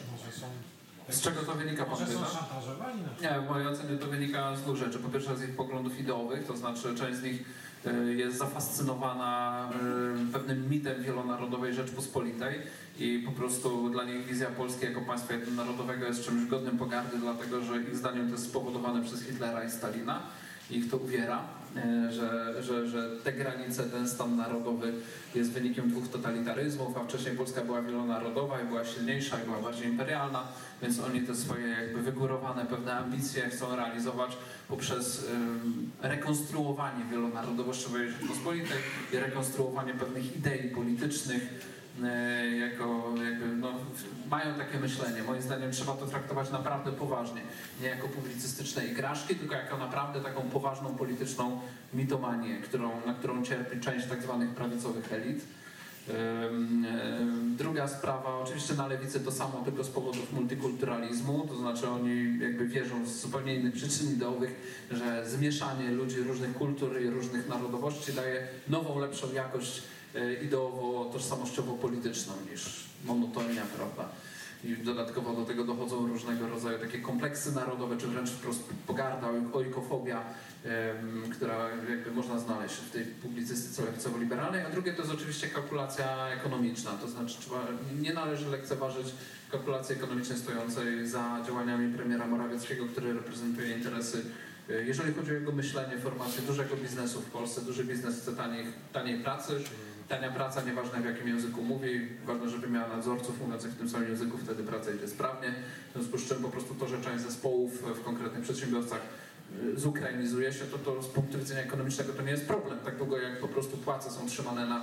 Z czego to wynika, pan pyta? Nie, w mojej ocenie to wynika z dwóch rzeczy. Po pierwsze z ich poglądów ideowych, to znaczy część z nich jest zafascynowana pewnym mitem wielonarodowej Rzeczpospolitej i po prostu dla nich wizja Polski jako państwa jednonarodowego jest czymś godnym pogardy, dlatego że ich zdaniem to jest spowodowane przez Hitlera i Stalina. Ich to uwiera, że, że, że te granice, ten stan narodowy jest wynikiem dwóch totalitaryzmów, a wcześniej Polska była wielonarodowa i była silniejsza i była bardziej imperialna, więc oni te swoje jakby wygórowane pewne ambicje chcą realizować poprzez um, rekonstruowanie wielonarodowościowej Rzeczypospolitej i rekonstruowanie pewnych idei politycznych, jako jakby, no, mają takie myślenie. Moim zdaniem trzeba to traktować naprawdę poważnie. Nie jako publicystyczne igraszki, tylko jako naprawdę taką poważną polityczną mitomanię, którą, na którą cierpi część tak zwanych prawicowych elit. Druga sprawa, oczywiście na lewicy to samo, tylko z powodów multikulturalizmu, to znaczy oni jakby wierzą z zupełnie innych przyczyn ideowych, że zmieszanie ludzi różnych kultur i różnych narodowości daje nową, lepszą jakość ideowo-tożsamościowo-polityczną niż monotonia, prawda? I dodatkowo do tego dochodzą różnego rodzaju takie kompleksy narodowe, czy wręcz wprost pogarda, ojkofobia, um, która jakby można znaleźć w tej publicystyce lewicowo-liberalnej, a drugie to jest oczywiście kalkulacja ekonomiczna, to znaczy trzeba, nie należy lekceważyć kalkulacji ekonomicznej stojącej za działaniami premiera Morawieckiego, który reprezentuje interesy, jeżeli chodzi o jego myślenie, formację dużego biznesu w Polsce. Duży biznes chce taniej, taniej pracy, tania praca, nieważne w jakim języku mówi, ważne, żeby miała nadzorców mówiących w tym samym języku, wtedy praca idzie sprawnie. W związku z czym po prostu to, że część zespołów w konkretnych przedsiębiorstwach zukrainizuje się, to, to z punktu widzenia ekonomicznego to nie jest problem. Tak długo jak po prostu płace są trzymane na,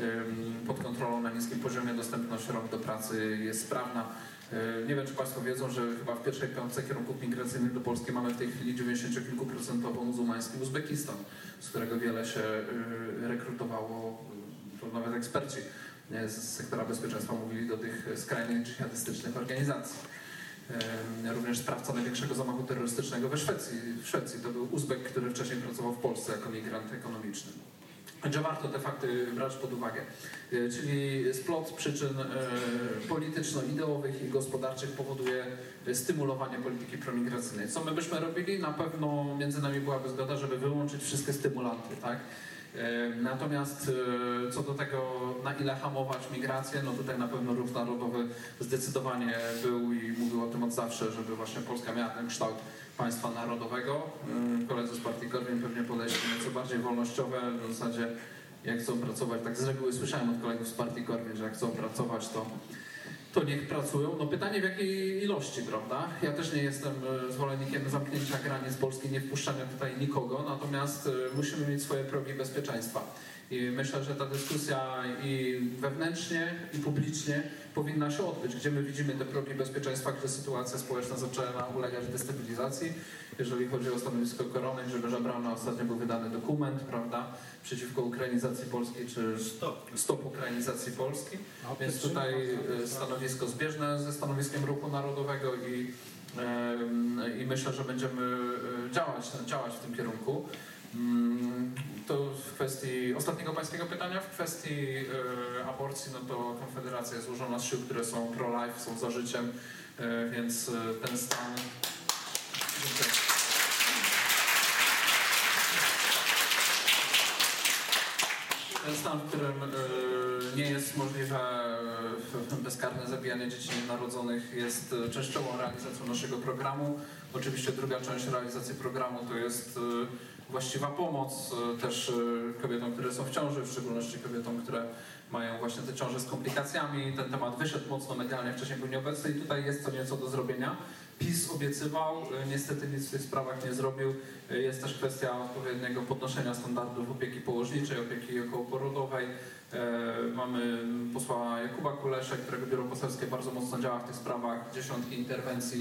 pod kontrolą na niskim poziomie, dostępność rąk do pracy jest sprawna. Nie wiem, czy Państwo wiedzą, że chyba w pierwszej piątce kierunków migracyjnych do Polski mamy w tej chwili dziewięćdziesięciokilkuprocentowo muzułmański Uzbekistan, z którego wiele się rekrutowało, to nawet eksperci z sektora bezpieczeństwa mówili, do tych skrajnych dżihadystycznych organizacji. Również sprawca największego zamachu terrorystycznego we Szwecji. W Szwecji to był Uzbek, który wcześniej pracował w Polsce jako migrant ekonomiczny. Także warto te fakty brać pod uwagę. Czyli splot przyczyn polityczno-ideowych i gospodarczych powoduje stymulowanie polityki promigracyjnej. Co my byśmy robili? Na pewno między nami byłaby zgoda, żeby wyłączyć wszystkie stymulanty, tak? Natomiast co do tego, na ile hamować migrację, no tutaj na pewno ruch narodowy zdecydowanie był i mówił o tym od zawsze, żeby właśnie Polska miała ten kształt państwa narodowego. Koledzy z partii Korwin pewnie podejście nieco bardziej wolnościowe, w zasadzie jak chcą pracować, tak z reguły słyszałem od kolegów z partii Korwin, że jak chcą pracować, to to niech pracują. No pytanie w jakiej ilości, prawda? Ja też nie jestem zwolennikiem zamknięcia granic Polski, nie wpuszczania tutaj nikogo, natomiast musimy mieć swoje progi bezpieczeństwa. I myślę, że ta dyskusja i wewnętrznie, i publicznie powinna się odbyć, gdzie my widzimy te progi bezpieczeństwa, gdzie sytuacja społeczna zaczyna ulegać destabilizacji. Jeżeli chodzi o stanowisko Korony, Grzegorza Brauna, ostatnio był wydany dokument, prawda, przeciwko ukrainizacji Polski, czy stop, stop ukrainizacji Polski. Więc tutaj stanowisko zbieżne ze stanowiskiem Ruchu Narodowego i i myślę, że będziemy działać, działać w tym kierunku. To w kwestii ostatniego pańskiego pytania, w kwestii aborcji, no to Konfederacja jest złożona z sił, które są pro-life, są za życiem, więc ten stan... Ten stan, w którym nie jest możliwe bezkarne zabijanie dzieci nienarodzonych, jest częściową realizacją naszego programu. Oczywiście druga część realizacji programu to jest właściwa pomoc też kobietom, które są w ciąży, w szczególności kobietom, które mają właśnie te ciąże z komplikacjami. Ten temat wyszedł mocno medialnie, wcześniej był nieobecny i tutaj jest co nieco do zrobienia. PiS obiecywał, niestety nic w tych sprawach nie zrobił. Jest też kwestia odpowiedniego podnoszenia standardów opieki położniczej, opieki okołoporodowej. Mamy posła Jakuba Kuleszę, którego biuro poselskie bardzo mocno działa w tych sprawach, dziesiątki interwencji.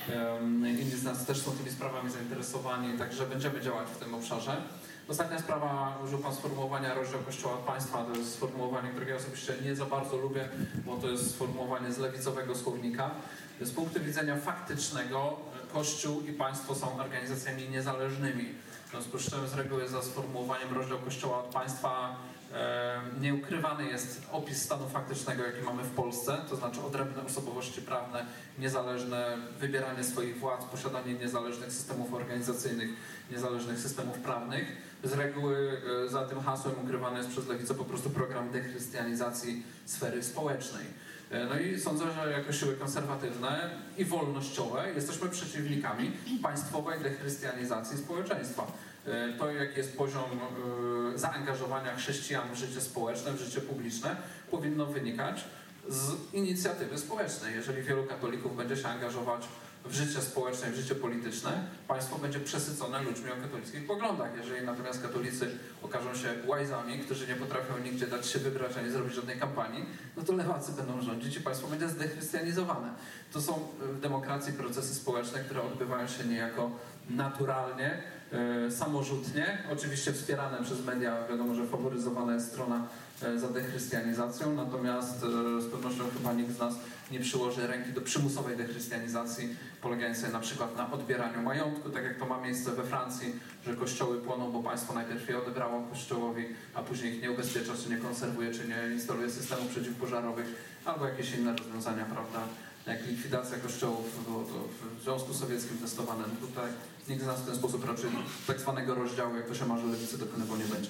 Inni z nas też są tymi sprawami zainteresowani, także będziemy działać w tym obszarze. Ostatnia sprawa, użył Pan sformułowania rozdział Kościoła od państwa. To jest sformułowanie, którego ja osobiście nie za bardzo lubię, bo to jest sformułowanie z lewicowego słownika. Z punktu widzenia faktycznego Kościół i państwo są organizacjami niezależnymi. W związku z czym z reguły za sformułowaniem rozdział Kościoła od państwa e, nieukrywany jest opis stanu faktycznego, jaki mamy w Polsce, to znaczy odrębne osobowości prawne, niezależne wybieranie swoich władz, posiadanie niezależnych systemów organizacyjnych, niezależnych systemów prawnych. Z reguły e, za tym hasłem ukrywany jest przez lewicę po prostu program dechrystianizacji sfery społecznej. No i sądzę, że jako siły konserwatywne i wolnościowe jesteśmy przeciwnikami państwowej dechrystianizacji społeczeństwa. To, jaki jest poziom zaangażowania chrześcijan w życie społeczne, w życie publiczne, powinno wynikać z inicjatywy społecznej. Jeżeli wielu katolików będzie się angażować w życie społeczne, w życie polityczne, państwo będzie przesycone ludźmi o katolickich poglądach. Jeżeli natomiast katolicy okażą się łajzami, którzy nie potrafią nigdzie dać się wybrać, ani zrobić żadnej kampanii, no to lewacy będą rządzić i państwo będzie zdechrystianizowane. To są w demokracji procesy społeczne, które odbywają się niejako naturalnie, yy, samorzutnie, oczywiście wspierane przez media. Wiadomo, że faworyzowana jest strona za dechrystianizacją, natomiast z pewnością chyba nikt z nas nie przyłoży ręki do przymusowej dechrystianizacji, polegającej na przykład na odbieraniu majątku, tak jak to ma miejsce we Francji, że kościoły płoną, bo państwo najpierw je odebrało kościołowi, a później ich nie ubezpiecza, czy nie konserwuje, czy nie instaluje systemów przeciwpożarowych, albo jakieś inne rozwiązania, prawda, jak likwidacja kościołów, było to w Związku Sowieckim testowane. No tutaj nikt z nas w ten sposób raczej tak zwanego rozdziału, jak to się marzy lewicy, dokonywał nie będzie.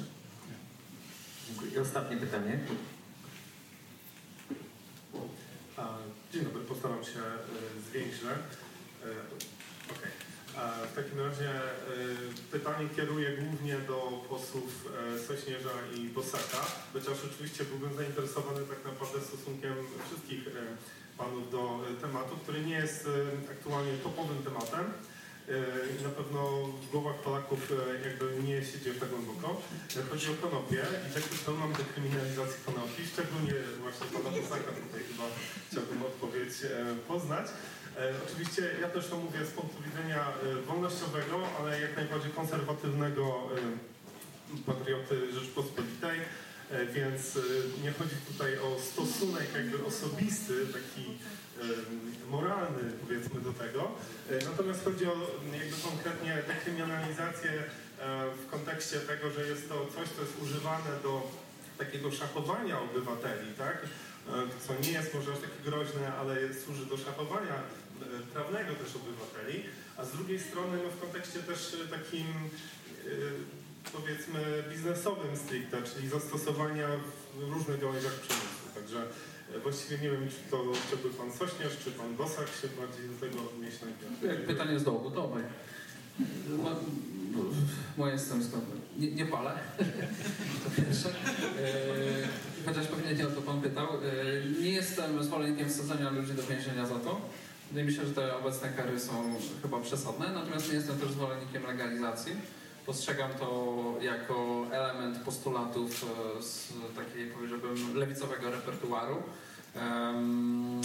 Dziękuję. I ostatnie pytanie. Dzień dobry, postaram się zwięźle. Okay. W takim razie pytanie kieruję głównie do posłów Sośnierza i Bosaka, chociaż oczywiście byłbym zainteresowany tak naprawdę stosunkiem wszystkich panów do tematu, który nie jest aktualnie topowym tematem. I na pewno w głowach Polaków jakby nie siedzi tak głęboko. Chodzi o konopie i tak pełną dekryminalizację konopi, szczególnie właśnie pana Bosaka tutaj chyba chciałbym odpowiedź poznać. Oczywiście ja też to mówię z punktu widzenia wolnościowego, ale jak najbardziej konserwatywnego patrioty Rzeczpospolitej, więc nie chodzi tutaj o stosunek jakby osobisty, taki moralny powiedzmy do tego, natomiast chodzi o jakby konkretnie dekryminalizację w kontekście tego, że jest to coś, co jest używane do takiego szachowania obywateli, tak? Co nie jest może aż takie groźne, ale jest, służy do szachowania prawnego też obywateli, a z drugiej strony no, w kontekście też takim powiedzmy biznesowym stricte, czyli zastosowania w różnych gałęziach przemysłu. Także właściwie nie wiem, czy to chciałby pan Sośnierz, czy pan Bosak się bardziej do tego odnieść najpierw. Pytanie z dołu, dawaj. No, no, moje stanowisko. Nie, nie palę, to pierwsze. E, chociaż pewnie nie o to pan pytał. E, nie jestem zwolennikiem wsadzania ludzi do więzienia za to. Wydaje mi się, że te obecne kary są chyba przesadne, natomiast nie jestem też zwolennikiem legalizacji. Postrzegam to jako element postulatów z takiej, powiedziałbym, lewicowego repertuaru. Um,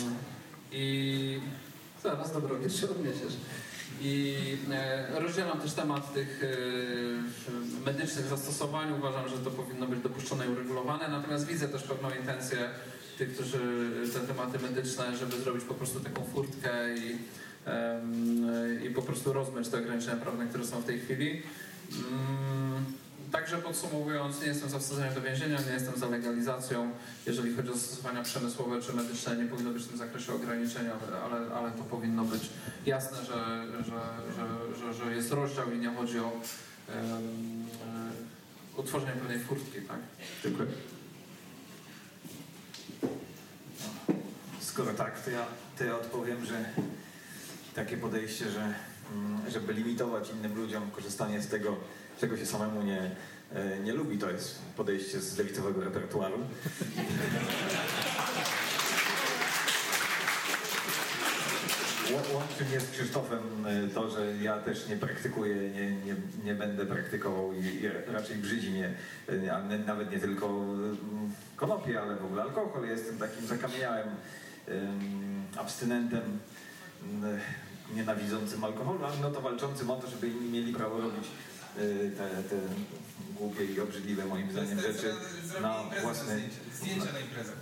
I zaraz, Dobromir, się odniesiesz. I e, rozdzielam też temat tych e, medycznych zastosowań. Uważam, że to powinno być dopuszczone i uregulowane, natomiast widzę też pewną intencję tych, którzy te tematy medyczne, żeby zrobić po prostu taką furtkę i, i po prostu rozmyć te ograniczenia prawne, które są w tej chwili. Także podsumowując, nie jestem za wsadzeniem do więzienia, nie jestem za legalizacją. Jeżeli chodzi o zastosowania przemysłowe czy medyczne, nie powinno być w tym zakresie ograniczenia, ale, ale to powinno być jasne, że, że, że, że, że jest rozdział i nie chodzi o um, utworzenie pewnej furtki. Tak? Dziękuję. Skoro tak, to ja, to ja odpowiem, że takie podejście, że żeby limitować innym ludziom korzystanie z tego, czego się samemu nie, nie lubi, to jest podejście z lewicowego repertuaru. Łączy mnie z Krzysztofem to, że ja też nie praktykuję, nie, nie, nie będę praktykował i, i raczej brzydzi mnie, a nawet nie tylko konopie, ale w ogóle alkohol. Ja jestem takim zakamieniałym um, abstynentem, um, nienawidzącym alkoholu, ale no to walczącym o to, żeby inni mieli prawo robić te, te głupie i obrzydliwe moim zdaniem rzeczy na własny... Zdjęcia na imprezę.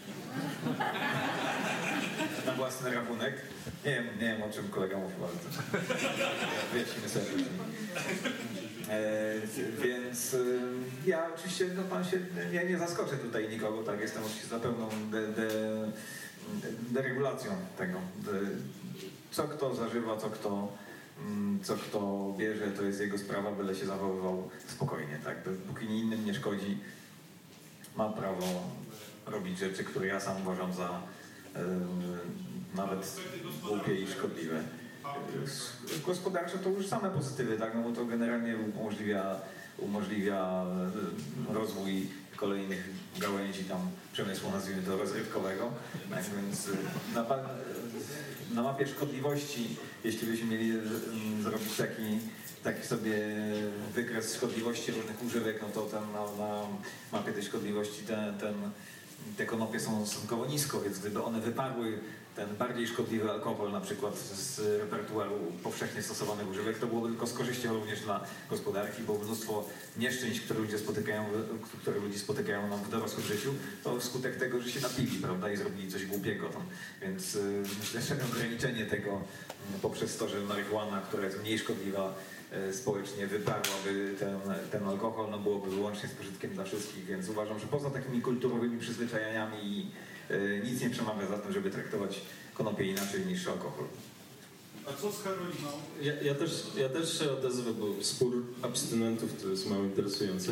Na własny rachunek. Nie wiem, nie wiem o czym kolega mówił, ale to wyjaśnimy sobie później. E, więc e, ja oczywiście, no pan się, nie, nie zaskoczę tutaj nikogo, tak, jestem oczywiście za pełną de, de, deregulacją tego. De, co kto zażywa, co kto, co kto bierze, to jest jego sprawa, byle się zachowywał spokojnie, tak, póki innym nie szkodzi, ma prawo robić rzeczy, które ja sam uważam za yy, nawet głupie i szkodliwe. Yy, gospodarczo to już same pozytywy, tak? No bo to generalnie umożliwia, umożliwia rozwój kolejnych gałęzi tam przemysłu, nazwijmy to rozrywkowego. Tak więc na, na mapie szkodliwości, jeśli byśmy mieli zrobić taki taki sobie wykres szkodliwości różnych używek, no to ten, na, na mapie tej szkodliwości ten, ten, te konopie są stosunkowo nisko, więc gdyby one wyparły ten bardziej szkodliwy alkohol na przykład z repertuaru powszechnie stosowanych używek, to byłoby tylko z korzyścią również dla gospodarki, bo mnóstwo nieszczęść, które ludzie spotykają, które ludzie spotykają nam w dorosłym życiu, to wskutek tego, że się napili, prawda, i zrobili coś głupiego tam. Więc y, myślę, że ograniczenie tego y, poprzez to, że marihuana, która jest mniej szkodliwa y, społecznie, wyparłaby ten, ten alkohol, no byłoby wyłącznie z pożytkiem dla wszystkich, więc uważam, że poza takimi kulturowymi przyzwyczajeniami i y, nic nie przemawia za tym, żeby traktować konopie inaczej niż alkohol. A co z heroiną? Ja, ja, też, ja też się odezwę, bo spór abstynentów to jest mało interesujący.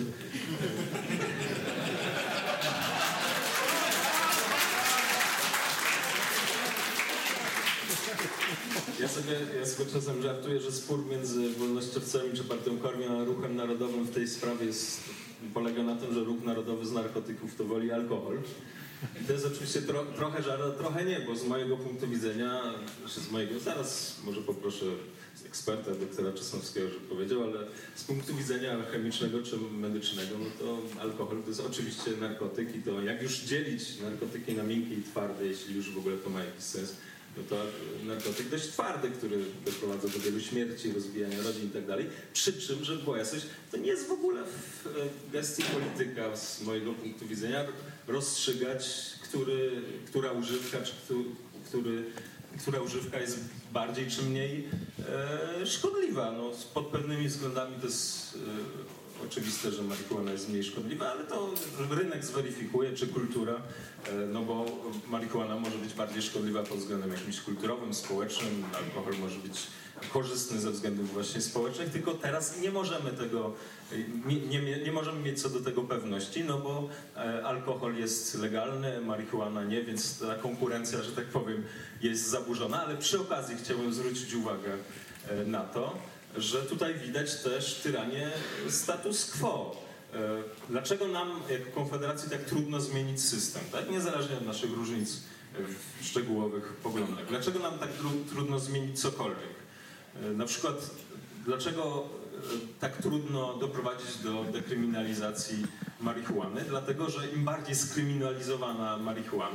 Ja sobie, ja sobie czasem żartuję, że spór między wolnościowcami czy Partią Korwin a Ruchem Narodowym w tej sprawie jest, polega na tym, że Ruch Narodowy z narkotyków to woli alkohol. I to jest oczywiście tro, trochę żart, a trochę nie, bo z mojego punktu widzenia, znaczy z mojego, zaraz może poproszę eksperta, doktora Czesnowskiego, żeby powiedział, ale z punktu widzenia chemicznego czy medycznego, no to alkohol to jest oczywiście narkotyk i to jak już dzielić narkotyki na miękkie i twarde, jeśli już w ogóle to ma jakiś sens, no to narkotyk dość twardy, który doprowadza do wielu śmierci, rozbijania rodzin i tak dalej. Przy czym, żeby była jasność, to nie jest w ogóle w gestii polityka z mojego punktu widzenia rozstrzygać, który, która używka, czy który, która używka jest bardziej czy mniej e, szkodliwa. No, pod pewnymi względami to jest e, oczywiste, że marihuana jest mniej szkodliwa, ale to rynek zweryfikuje, czy kultura, e, no bo marihuana może być bardziej szkodliwa pod względem jakimś kulturowym, społecznym, alkohol może być korzystny ze względów właśnie społecznych, tylko teraz nie możemy tego, nie, nie, nie możemy mieć co do tego pewności, no bo e, alkohol jest legalny, marihuana nie, więc ta konkurencja, że tak powiem, jest zaburzona, ale przy okazji chciałbym zwrócić uwagę e, na to, że tutaj widać też tyranię status quo. E, dlaczego nam jako Konfederacji tak trudno zmienić system, tak? Niezależnie od naszych różnic w szczegółowych poglądach. Dlaczego nam tak tru- trudno zmienić cokolwiek? Na przykład, dlaczego tak trudno doprowadzić do dekryminalizacji marihuany? Dlatego, że im bardziej skryminalizowana marihuana,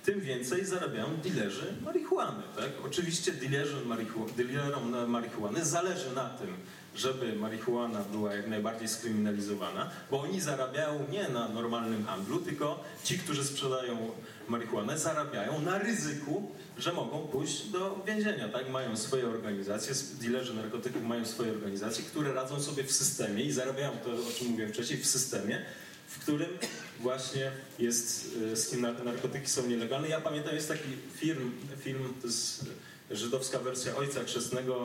tym więcej zarabiają dilerzy marihuany. Tak? Oczywiście dilerzy marihu- dilerom marihuany zależy na tym, żeby marihuana była jak najbardziej skryminalizowana, bo oni zarabiają nie na normalnym handlu, tylko ci, którzy sprzedają marihuanę, zarabiają na ryzyku, że mogą pójść do więzienia. Tak? Mają swoje organizacje, dilerzy narkotyków mają swoje organizacje, które radzą sobie w systemie i zarabiają to, o czym mówiłem wcześniej, w systemie, w którym właśnie jest, narkotyki są nielegalne. Ja pamiętam, jest taki film, film to jest żydowska wersja Ojca Chrzestnego,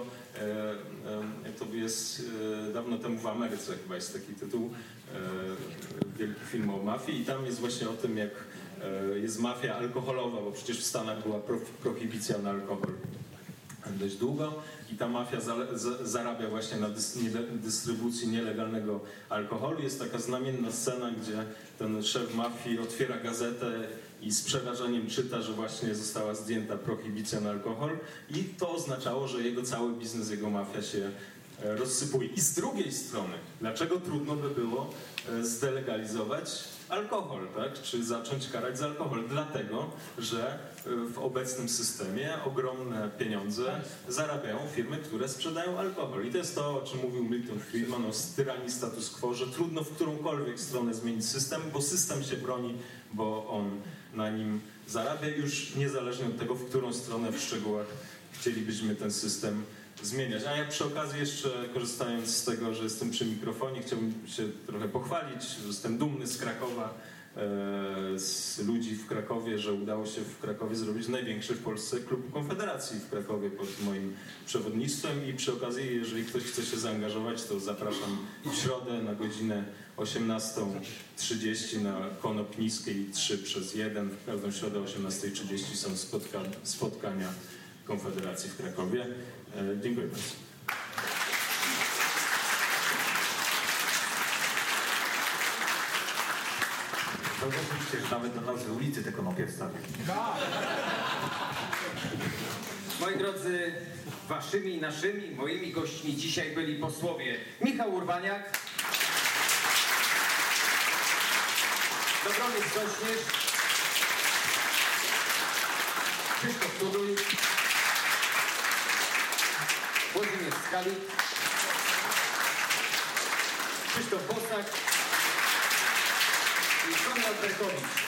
to jest dawno temu w Ameryce chyba jest taki tytuł, wielki film o mafii i tam jest właśnie o tym, jak jest mafia alkoholowa, bo przecież w Stanach była prohibicja na alkohol dość długo i ta mafia zarabia właśnie na dystrybucji nielegalnego alkoholu. Jest taka znamienna scena, gdzie ten szef mafii otwiera gazetę i z przerażeniem czyta, że właśnie została zdjęta prohibicja na alkohol i to oznaczało, że jego cały biznes, jego mafia się rozsypuje. I z drugiej strony, dlaczego trudno by było zdelegalizować alkohol, tak? Czy zacząć karać za alkohol? Dlatego, że w obecnym systemie ogromne pieniądze zarabiają firmy, które sprzedają alkohol. I to jest to, o czym mówił Milton Friedman, o tyranii status quo, że trudno w którąkolwiek stronę zmienić system, bo system się broni, bo on na nim zarabia już niezależnie od tego, w którą stronę w szczegółach chcielibyśmy ten system zmieniać. A ja przy okazji jeszcze, korzystając z tego, że jestem przy mikrofonie, chciałbym się trochę pochwalić, że jestem dumny z Krakowa, z ludzi w Krakowie, że udało się w Krakowie zrobić największy w Polsce klub Konfederacji w Krakowie pod moim przewodnictwem i przy okazji, jeżeli ktoś chce się zaangażować, to zapraszam w środę na godzinę osiemnastą trzydzieści na Konopnickiej trzy przez jeden. W każdą środę o osiemnastej trzydzieści są spotka spotkania Konfederacji w Krakowie. Dziękuję bardzo. Zauważyliście, że nawet do nazwy ulicy te konopie wstawił. Moi drodzy, waszymi i naszymi, moimi gośćmi dzisiaj byli posłowie Michał Urbaniak, Dobromir Sośnierz, Krzysztof Tuduj, Włodzimierz Skalik, Krzysztof Bosak i Konrad Berkowicz.